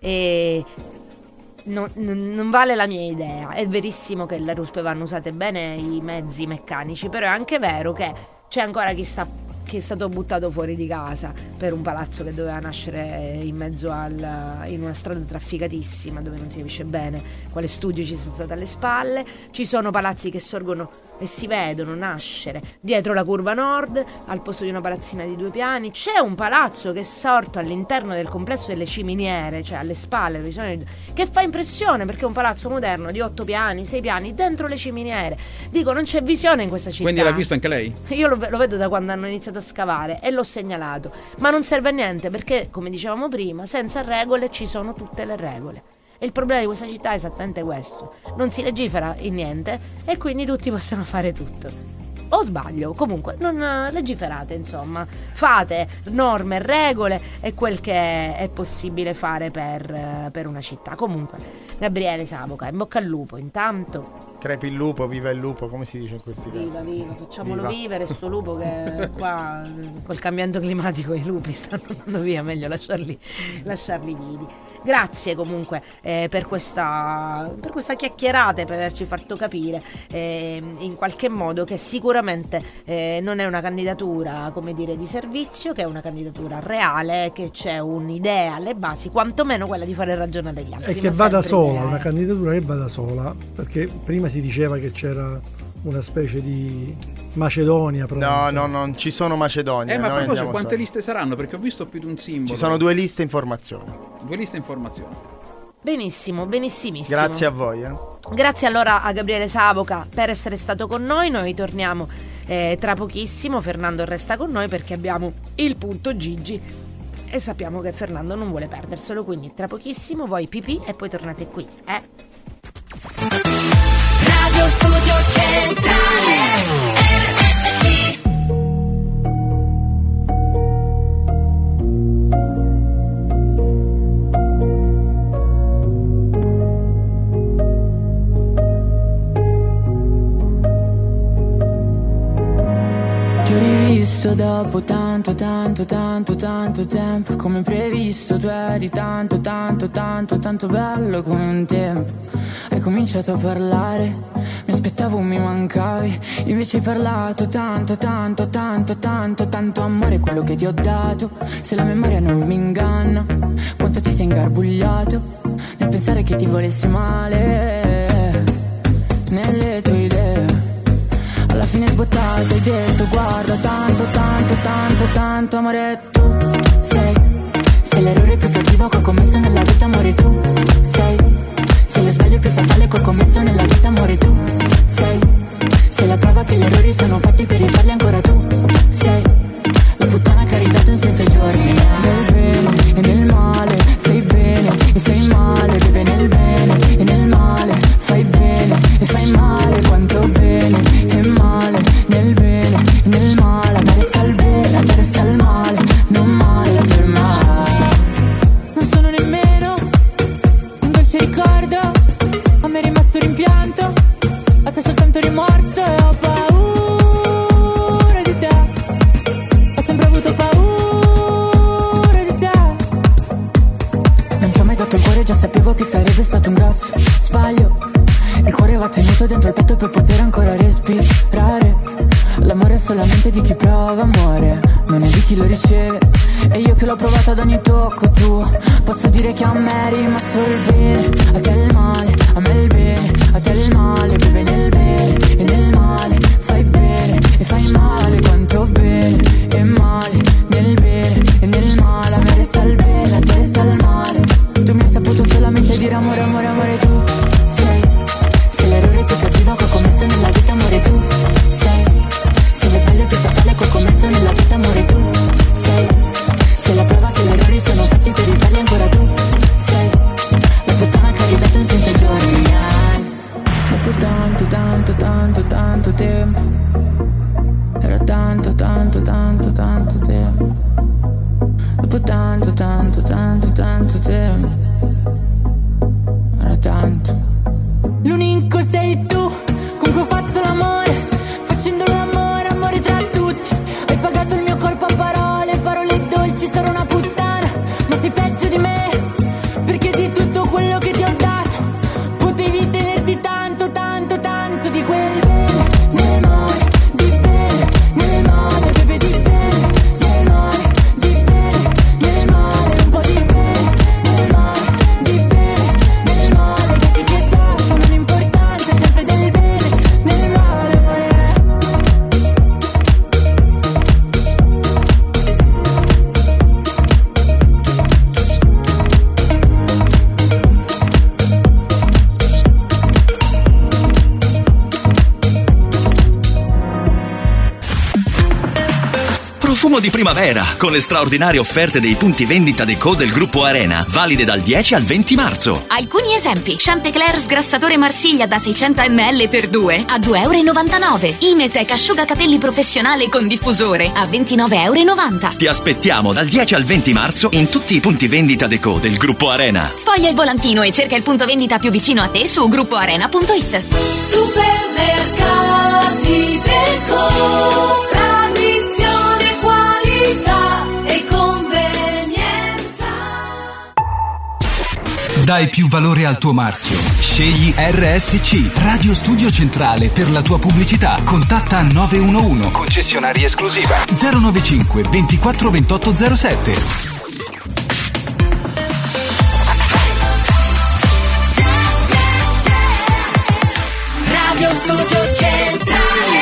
E non, non- non vale la mia idea. È verissimo che le ruspe vanno usate bene, i mezzi meccanici, però è anche vero che c'è ancora chi sta che è stato buttato fuori di casa per un palazzo che doveva nascere in mezzo al, in una strada trafficatissima dove non si capisce bene quale studio ci sia stato alle spalle. Ci sono palazzi che sorgono e si vedono nascere dietro la curva nord, al posto di una palazzina di due piani. C'è un palazzo che è sorto all'interno del complesso delle ciminiere, cioè alle spalle, dove ci sono i- che fa impressione perché è un palazzo moderno di otto piani, sei piani dentro le ciminiere. Dico, non c'è visione in questa città. Quindi l'ha visto anche lei? Io lo, lo vedo da quando hanno iniziato a scavare e l'ho segnalato, ma non serve a niente perché, come dicevamo prima, senza regole ci sono tutte le regole. E il problema di questa città è esattamente questo: non si legifera in niente e quindi tutti possono fare tutto. O sbaglio? Comunque non eh, legiferate, insomma, fate norme, regole e quel che è possibile fare per, eh, per una città. Comunque, Gabriele Savoca, in bocca al lupo intanto. Crepi il lupo, viva il lupo, come si dice in questi casi? Viva, viva, facciamolo Viva. vivere sto lupo che qua col cambiamento climatico i lupi stanno andando via, meglio lasciarli, lasciarli vivi. Grazie comunque eh, per, questa, per questa chiacchierata e per averci fatto capire eh, in qualche modo che sicuramente eh, non è una candidatura, come dire, di servizio, che è una candidatura reale, che c'è un'idea alle basi, quantomeno quella di fare ragionare gli altri. E che ma vada sempre sola, idee. una candidatura che vada sola, perché prima si diceva che c'era una specie di Macedonia pronta. No, no, non ci sono Macedonia. Eh, ma a noi proposito, andiamo quante soli. liste saranno? Perché ho visto più di un simbolo. Ci sono due liste informazioni. Due liste informazioni. Benissimo, benissimissimo. Grazie a voi. Eh. Grazie allora a Gabriele Savoca per essere stato con noi. Noi torniamo eh, tra pochissimo. Fernando resta con noi perché abbiamo il punto Gigi e sappiamo che Fernando non vuole perderselo, quindi tra pochissimo voi pipì e poi tornate qui, eh? Radio Studio Centrale R S C. Ti ho rivisto dopo tanto, tanto, tanto, tanto tempo. Come previsto tu eri tanto, tanto, tanto, tanto bello come un tempo. Hai cominciato a parlare, mi aspettavo mi mancavi. Invece hai parlato tanto, tanto, tanto, tanto, tanto amore quello che ti ho dato. Se la memoria non mi inganna, quanto ti sei ingarbugliato nel pensare che ti volessi male nelle tue idee. Alla fine sbottato hai detto guarda tanto, tanto, tanto, tanto amore tu sei. Sei l'errore più cattivo che ho commesso nella vita amore tu sei. Sei lo sbaglio più fatale che ho commesso nella vita amore tu sei. Sei la prova che gli errori sono fatti per rifarli ancora tu sei. La puttana che ha ridato un senso ai giorni. Nel bene e nel male sei bene e sei male. Bebe nel bene e nel male fai bene e fai male. Quanto bene e male nel bene e nel male. A me resta il bene, a te resta il male. Non male per mai. Non sono nemmeno un dolce ricordo, a me è rimasto rimpianto, a te soltanto rimorso. E ho paura di te, ho sempre avuto paura di te. Non ti ho mai dato il cuore, già sapevo che sarebbe stato un grosso sbaglio. Il cuore va tenuto dentro il petto per poter ancora respirare. L'amore L'amore è solamente di chi prova amore, non è di chi lo riceve. E io che l'ho provato ad ogni tocco tuo, posso dire che a me è rimasto il bene. A te il male, a me il bene. A te il male, beve nel bene e nel male. Fai bene e fai male, quanto bene e male. Nel bene e nel male, a me resta il bene, a te resta il male. Tu mi hai saputo solamente dire amore, amore, amore. Tu sei, sei l'errore più cattivo che ho commesso nella vita, amore. Tu sei, sei lo sbaglio più fatale che ho commesso nella vita, amore. Tu sei, sei la prova che gli errori sono fatti per rifarli ancora. Tu sei la puttana che ha ridato un senso ai giorni miei. Dopo tanto, tanto, tanto, tanto tempo, era tanto, tanto, tanto, tanto tempo. Dopo tanto, tanto, tanto, tanto tempo, era tanto. L'unico sei tu con cui ho fatto l'amore, facendo l'amore, amore tra tutti. Hai pagato il mio corpo a parole, parole dolci, sarò una puttana, ma sei peggio di me, perché di tutto quello che ti ho dato potevi tenerti tanto, tanto, tanto di quel bene, nel male, di bene, nel male, bebe di bene, nel male, di bene, nel male, un po' di bene, nel male, di bene, nel male, che ti che dato, non importante, sempre del bene, nel male, amore. Profumo di primavera, con le straordinarie offerte dei punti vendita Deco del gruppo Arena, valide dal dieci al venti marzo. Alcuni esempi: Chantecler sgrassatore Marsiglia da seicento millilitri per due a due e novantanove euro. Imetec asciugacapelli professionale con diffusore a ventinove e novanta euro. Ti aspettiamo dal dieci al venti marzo in tutti i punti vendita Deco del gruppo Arena. Spoglia il volantino e cerca il punto vendita più vicino a te su gruppo arena punto it. Supermercati Deco, tradizione, qualità e convenienza. Dai più valore al tuo marchio. Scegli R S C, Radio Studio Centrale, per la tua pubblicità. Contatta nove uno uno, concessionaria esclusiva, zero nove cinque ventiquattro ventotto zero sette. Radio Studio Centrale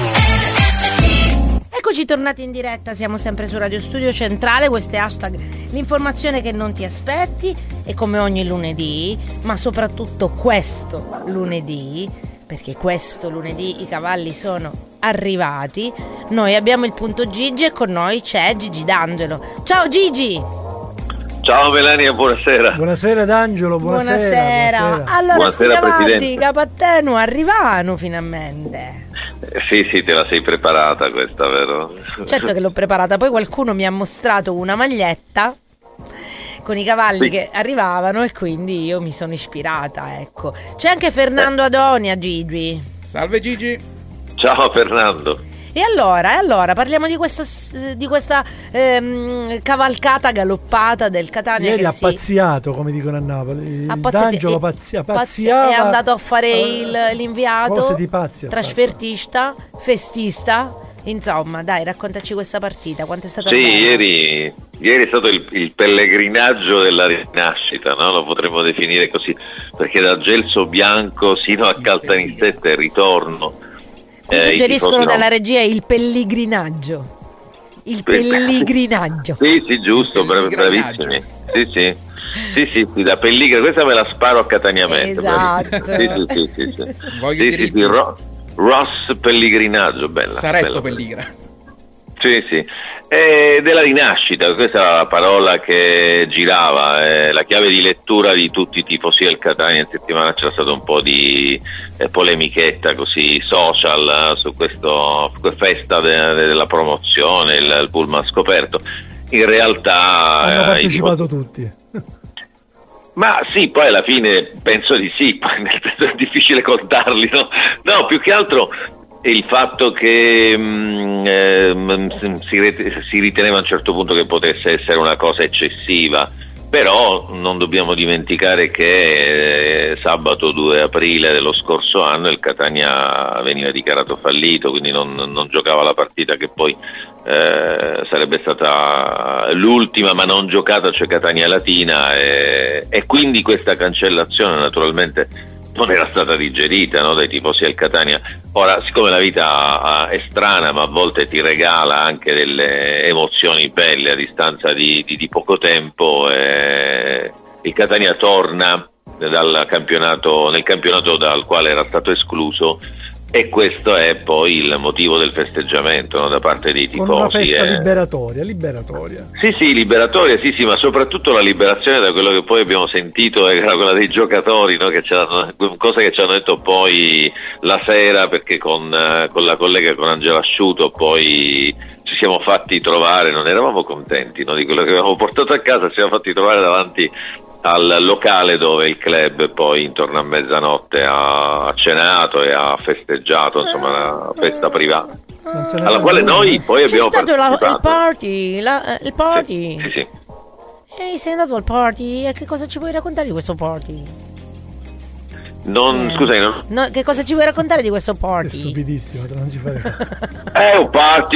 R S C. Eccoci tornati in diretta, siamo sempre su Radio Studio Centrale, questo è hashtag l'informazione che non ti aspetti, e come ogni lunedì, ma soprattutto questo lunedì, perché questo lunedì i cavalli sono arrivati, noi abbiamo il punto Gigi e con noi c'è Gigi D'Angelo. Ciao Gigi! Ciao Melania, buonasera. Buonasera D'Angelo, buonasera. Buonasera. Buonasera. Allora, Buonasera, sti cavalli, Presidente. Capatteno, arrivano finalmente. Eh, sì, sì, te la sei preparata questa, vero? Certo che l'ho preparata, poi qualcuno mi ha mostrato una maglietta con i cavalli Sì. che arrivavano e quindi io mi sono ispirata, ecco. C'è anche Fernando Adonia, Gigi. Salve Gigi. Ciao Fernando. E allora, e allora parliamo di questa, s- di questa ehm, cavalcata galoppata del Catania. Ieri che ha si pazziato, come dicono a Napoli. ha pazziato- D'Angelo e- pazzia, pazzi- pazziava. è andato a fare eh, il- l'inviato, cose di pazzi ha trasfertista, festista. Insomma, dai, raccontaci questa partita. Quanto è stata Sì, bella? ieri, ieri è stato il, il pellegrinaggio della rinascita, no? Lo potremmo definire così, perché da Gelso Bianco sino a Caltanissetta il ritorno. Qui eh, i suggeriscono tifosi- no. dalla regia il pellegrinaggio. Il pellegrinaggio. Sì, sì, giusto, brav- bravissimi. Sì, sì. Sì, sì, sì, da pellegrino, questa me la sparo a Cataniamente. Esatto. Sì, sì, sì, sì, sì. Voglio Sì, dire sì, sì, Ro- Ross Pellegrinaggio, bella. Saretto bella. Pelligra. Sì, sì. E della rinascita, questa era la parola che girava, eh, la chiave di lettura di tutti i tifosi del Catania. In settimana c'era stato un po' di eh, polemichetta così social eh, su questo su questa festa de- de- della promozione, il, il pullman scoperto. In realtà Hanno eh, i partecipato tifosi- tutti. Ma sì, poi alla fine penso di sì, poi nel senso è difficile contarli, no? No, più che altro il fatto che mh, ehm, si, rit- si riteneva a un certo punto che potesse essere una cosa eccessiva, però non dobbiamo dimenticare che eh, sabato due aprile dello scorso anno il Catania veniva dichiarato fallito, quindi non, non giocava la partita che poi eh, sarebbe stata l'ultima ma non giocata, cioè Catania Latina, e, e quindi questa cancellazione naturalmente non era stata digerita, no, dai tifosi del Catania. Ora, siccome la vita è strana ma a volte ti regala anche delle emozioni belle a distanza di, di, di poco tempo, eh, il Catania torna dal campionato, nel campionato dal quale era stato escluso, e questo è poi il motivo del festeggiamento, no, da parte dei tifosi. Con una festa eh. liberatoria, liberatoria. Sì, sì, liberatoria, sì, sì, ma soprattutto la liberazione da quello che poi abbiamo sentito era quella dei giocatori, no, che c'erano, cosa che ci hanno detto poi la sera, perché con, con la collega, con Angela Asciuto, poi ci siamo fatti trovare, non eravamo contenti, no, di quello che avevamo portato a casa, ci siamo fatti trovare davanti al locale dove il club poi intorno a mezzanotte ha cenato e ha festeggiato, insomma, una festa privata alla quale noi poi abbiamo C'è stato la, partecipato. il party, la, il party. Sì, sì, sì. E sei andato al party, e che cosa ci puoi raccontare di questo party? Non, Eh. scusami, no? No, che cosa ci vuoi raccontare di questo party? È stupidissimo, te non ci fare caso. È un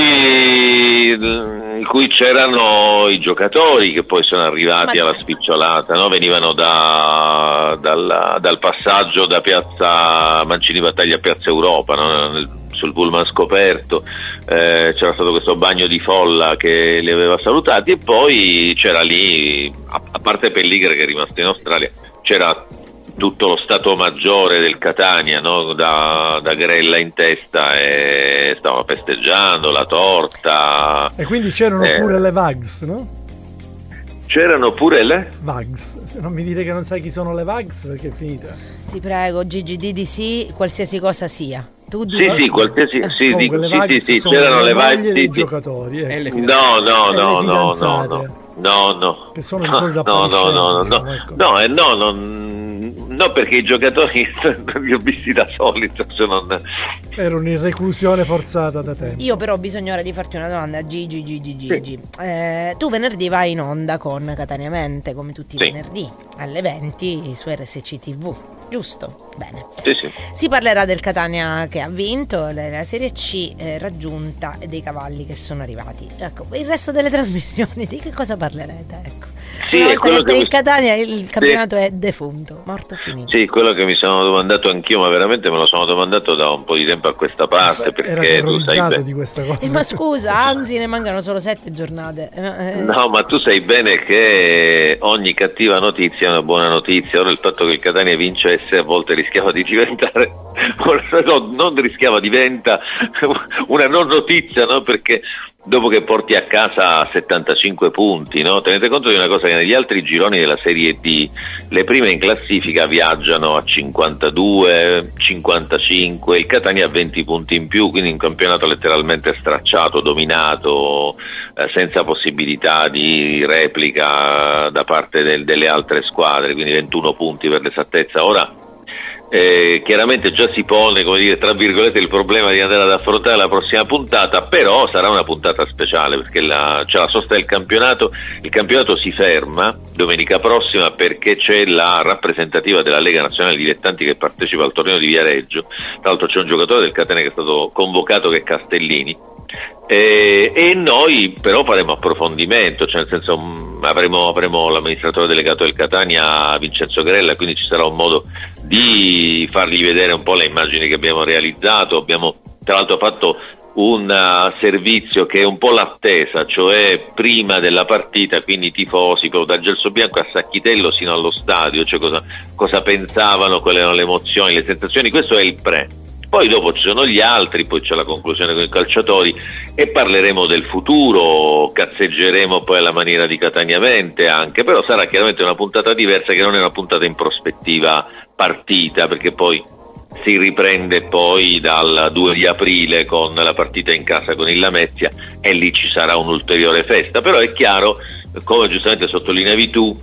party in cui c'erano i giocatori che poi sono arrivati alla spicciolata, no? Venivano da, dal, dal passaggio da piazza Mancini Battaglia a piazza Europa, no? Nel, sul pullman scoperto, eh, c'era stato questo bagno di folla che li aveva salutati, e poi c'era lì, a, a parte Pelligre che è rimasto in Australia, c'era tutto lo stato maggiore del Catania, no? da, da Grella in testa, e stava festeggiando la torta. E quindi c'erano eh, pure le Vags, no? C'erano pure le Vags. Se non mi dite che non sai chi sono le Vags, perché è finita. Ti prego, Gigi, di di sì, qualsiasi cosa sia. Tu di Sì, cosa sì, sia. qualsiasi, sì, Comunque, di- le sì, Vags sì, sì, sono c'erano le le mogli varie dei sì, sì. giocatori, ecco. E le No, no, E no, le no, no, fidanzate. no, no, no. Che sono i No, soldi no, no, appariscenti, no, no, diciamo, ecco. no, eh, no, non, no, perché i giocatori li ho visti da solito, se non... Era un'irreclusione forzata da tempo. Io però ho bisogno ora di farti una domanda, Gigi, Gigi, Gigi. Eh, tu venerdì vai in onda con Catania Mente, come tutti i Sì. venerdì, alle venti su R S C T V, giusto? Bene. Sì, sì. Si parlerà del Catania che ha vinto la, la Serie C eh, raggiunta e dei cavalli che sono arrivati. Ecco, il resto delle trasmissioni di che cosa parlerete? Ecco. Sì, Una è volta quello che che per mi- il Catania il campionato è defunto, morto finito. Sì, quello che mi sono domandato anch'io, ma veramente me lo sono domandato da un po' di tempo a questa parte, Era perché tu sai terrorizzato bene... di questa cosa. Eh, ma scusa, anzi ne mancano solo sette giornate. Eh, eh, No, ma tu sai bene che ogni cattiva notizia è una buona notizia. Ora il fatto che il Catania vincesse a volte rischiava di diventare, no, non rischiava, diventa una non notizia, no? Perché dopo che porti a casa settantacinque punti, no? Tenete conto di una cosa, che negli altri gironi della Serie D le prime in classifica viaggiano a cinquantadue, cinquantacinque, il Catania ha venti punti in più, quindi un campionato letteralmente stracciato, dominato, eh, senza possibilità di replica da parte del, delle altre squadre, quindi ventuno punti per l'esattezza. Ora Eh, chiaramente già si pone, come dire, tra virgolette, il problema di andare ad affrontare la prossima puntata, però sarà una puntata speciale, perché la, c'è la sosta del campionato, il campionato si ferma domenica prossima perché c'è la rappresentativa della Lega Nazionale Dilettanti che partecipa al torneo di Viareggio. Tra l'altro c'è un giocatore del Catania che è stato convocato, che è Castellini, e, e noi però faremo approfondimento, cioè nel senso mh, avremo, avremo l'amministratore delegato del Catania, Vincenzo Grella, quindi ci sarà un modo di fargli vedere un po' le immagini che abbiamo realizzato. Abbiamo tra l'altro fatto un uh, servizio che è un po' l'attesa, cioè prima della partita, quindi i tifosi, proprio dal Gelso Bianco a Sacchitello sino allo stadio, cioè cosa, cosa pensavano, quali erano le emozioni, le sensazioni. Questo è il pre. Poi dopo ci sono gli altri, poi c'è la conclusione con i calciatori e parleremo del futuro, cazzeggeremo poi alla maniera di Catania Mente anche, però sarà chiaramente una puntata diversa, che non è una puntata in prospettiva partita, perché poi si riprende poi dal due di aprile con la partita in casa con il Lamezia, e lì ci sarà un'ulteriore festa. Però è chiaro, come giustamente sottolineavi tu,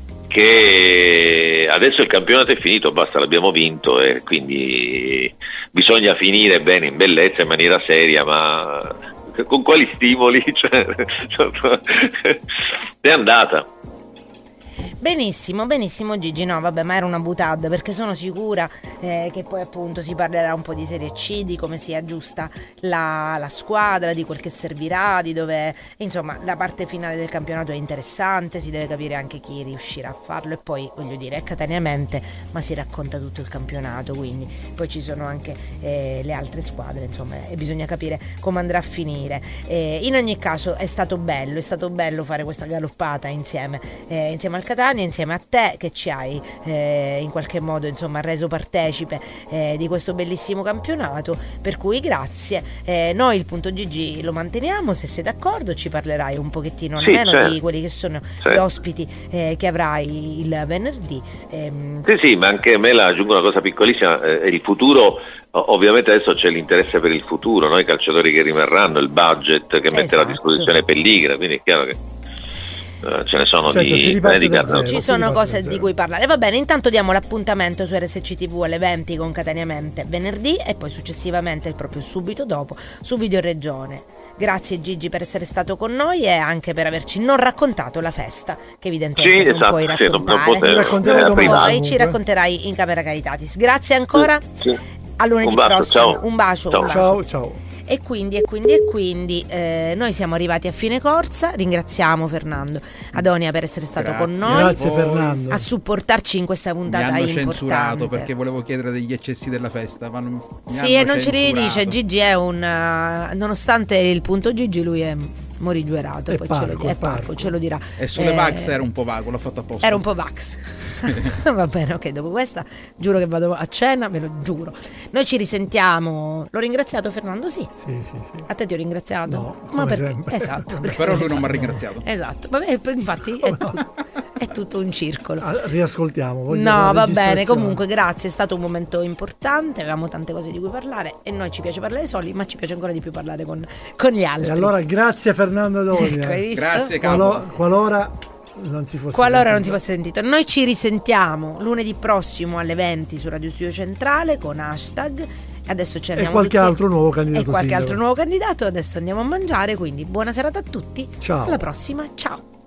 che adesso il campionato è finito, basta, l'abbiamo vinto, e quindi bisogna finire bene, in bellezza, in maniera seria, ma con quali stimoli? Cioè, è andata. Benissimo, benissimo Gigi, no vabbè, ma era una boutade, perché sono sicura eh, che poi appunto si parlerà un po' di Serie C, di come si aggiusta la, la squadra, di quel che servirà, di dove, insomma, la parte finale del campionato è interessante, si deve capire anche chi riuscirà a farlo, e poi voglio dire è Catania-Mente, ma si racconta tutto il campionato, quindi poi ci sono anche eh, le altre squadre, insomma, e bisogna capire come andrà a finire. Eh, in ogni caso è stato bello, è stato bello fare questa galoppata insieme, eh, insieme al Catania, insieme a te che ci hai eh, in qualche modo insomma reso partecipe eh, di questo bellissimo campionato, per cui grazie. Eh, noi il punto G G lo manteniamo, se sei d'accordo ci parlerai un pochettino Sì, almeno certo. di quelli che sono Certo. gli ospiti eh, che avrai il venerdì. Ehm, Sì, sì, ma anche a me la aggiungo una cosa piccolissima, eh, il futuro, o- ovviamente adesso c'è l'interesse per il futuro, no? I calciatori che rimarranno, il budget che metterà a Esatto. disposizione Pelligra, quindi è chiaro che eh, ce ne sono Certo, si di, riparte eh, di da carne. zero. Ci sono cose di cui parlare. Va bene, intanto diamo l'appuntamento su R S C T V alle venti con Catania-Mente venerdì e poi successivamente, proprio subito dopo, su Video Regione. Grazie Gigi per essere stato con noi e anche per averci non raccontato la festa, che evidentemente Sì, non esatto, puoi sì, non- raccontare. non potevo, racconterai era domani. privato. Poi ci racconterai in Camera Caritatis. Grazie ancora. Sì. A lunedì Un bacio, prossimo. ciao. Un bacio. Ciao. Un bacio. Ciao, ciao. E quindi, e quindi, e quindi eh, noi siamo arrivati a fine corsa. Ringraziamo Fernando Adonia per essere stato Grazie con noi, Grazie Fernando. a supportarci in questa Mi puntata hanno importante. censurato perché volevo chiedere degli eccessi della festa, ma non, mi Sì, hanno e non ce li censurato. dice. Gigi è un uh, nonostante il punto Gigi, lui è morigerato. È Poi ce lo, parco, è è parco. parco, ce lo dirà. E sulle Eh, Vax era un po' vago, l'ho fatto apposta. Era un po' Vax. Va bene, ok, dopo questa giuro che vado a cena, ve lo giuro. Noi ci risentiamo. L'ho ringraziato Fernando? Sì. Sì, sì, sì. A te ti ho ringraziato? No, Ma come perché? sempre. Esatto. perché- Però lui non mi ha ringraziato. Esatto. Vabbè, poi infatti è, tu- è tutto un circolo. Ah, riascoltiamo. voglio No, la va bene, registrazione. comunque grazie, è stato un momento importante, avevamo tante cose di cui parlare e noi ci piace parlare soli, ma ci piace ancora di più parlare con, con gli altri. E allora grazie a Fernando Adonia. Ecco, hai visto? Grazie, capo. Qualo- qualora non si fosse Qualora non si sentito. fosse sentito, noi ci risentiamo lunedì prossimo alle venti su Radio Studio Centrale con hashtag. Adesso ci E andiamo qualche tutti- altro nuovo candidato e qualche sindaco. altro nuovo candidato. Adesso andiamo a mangiare, quindi buona serata a tutti. Ciao. Alla prossima, ciao.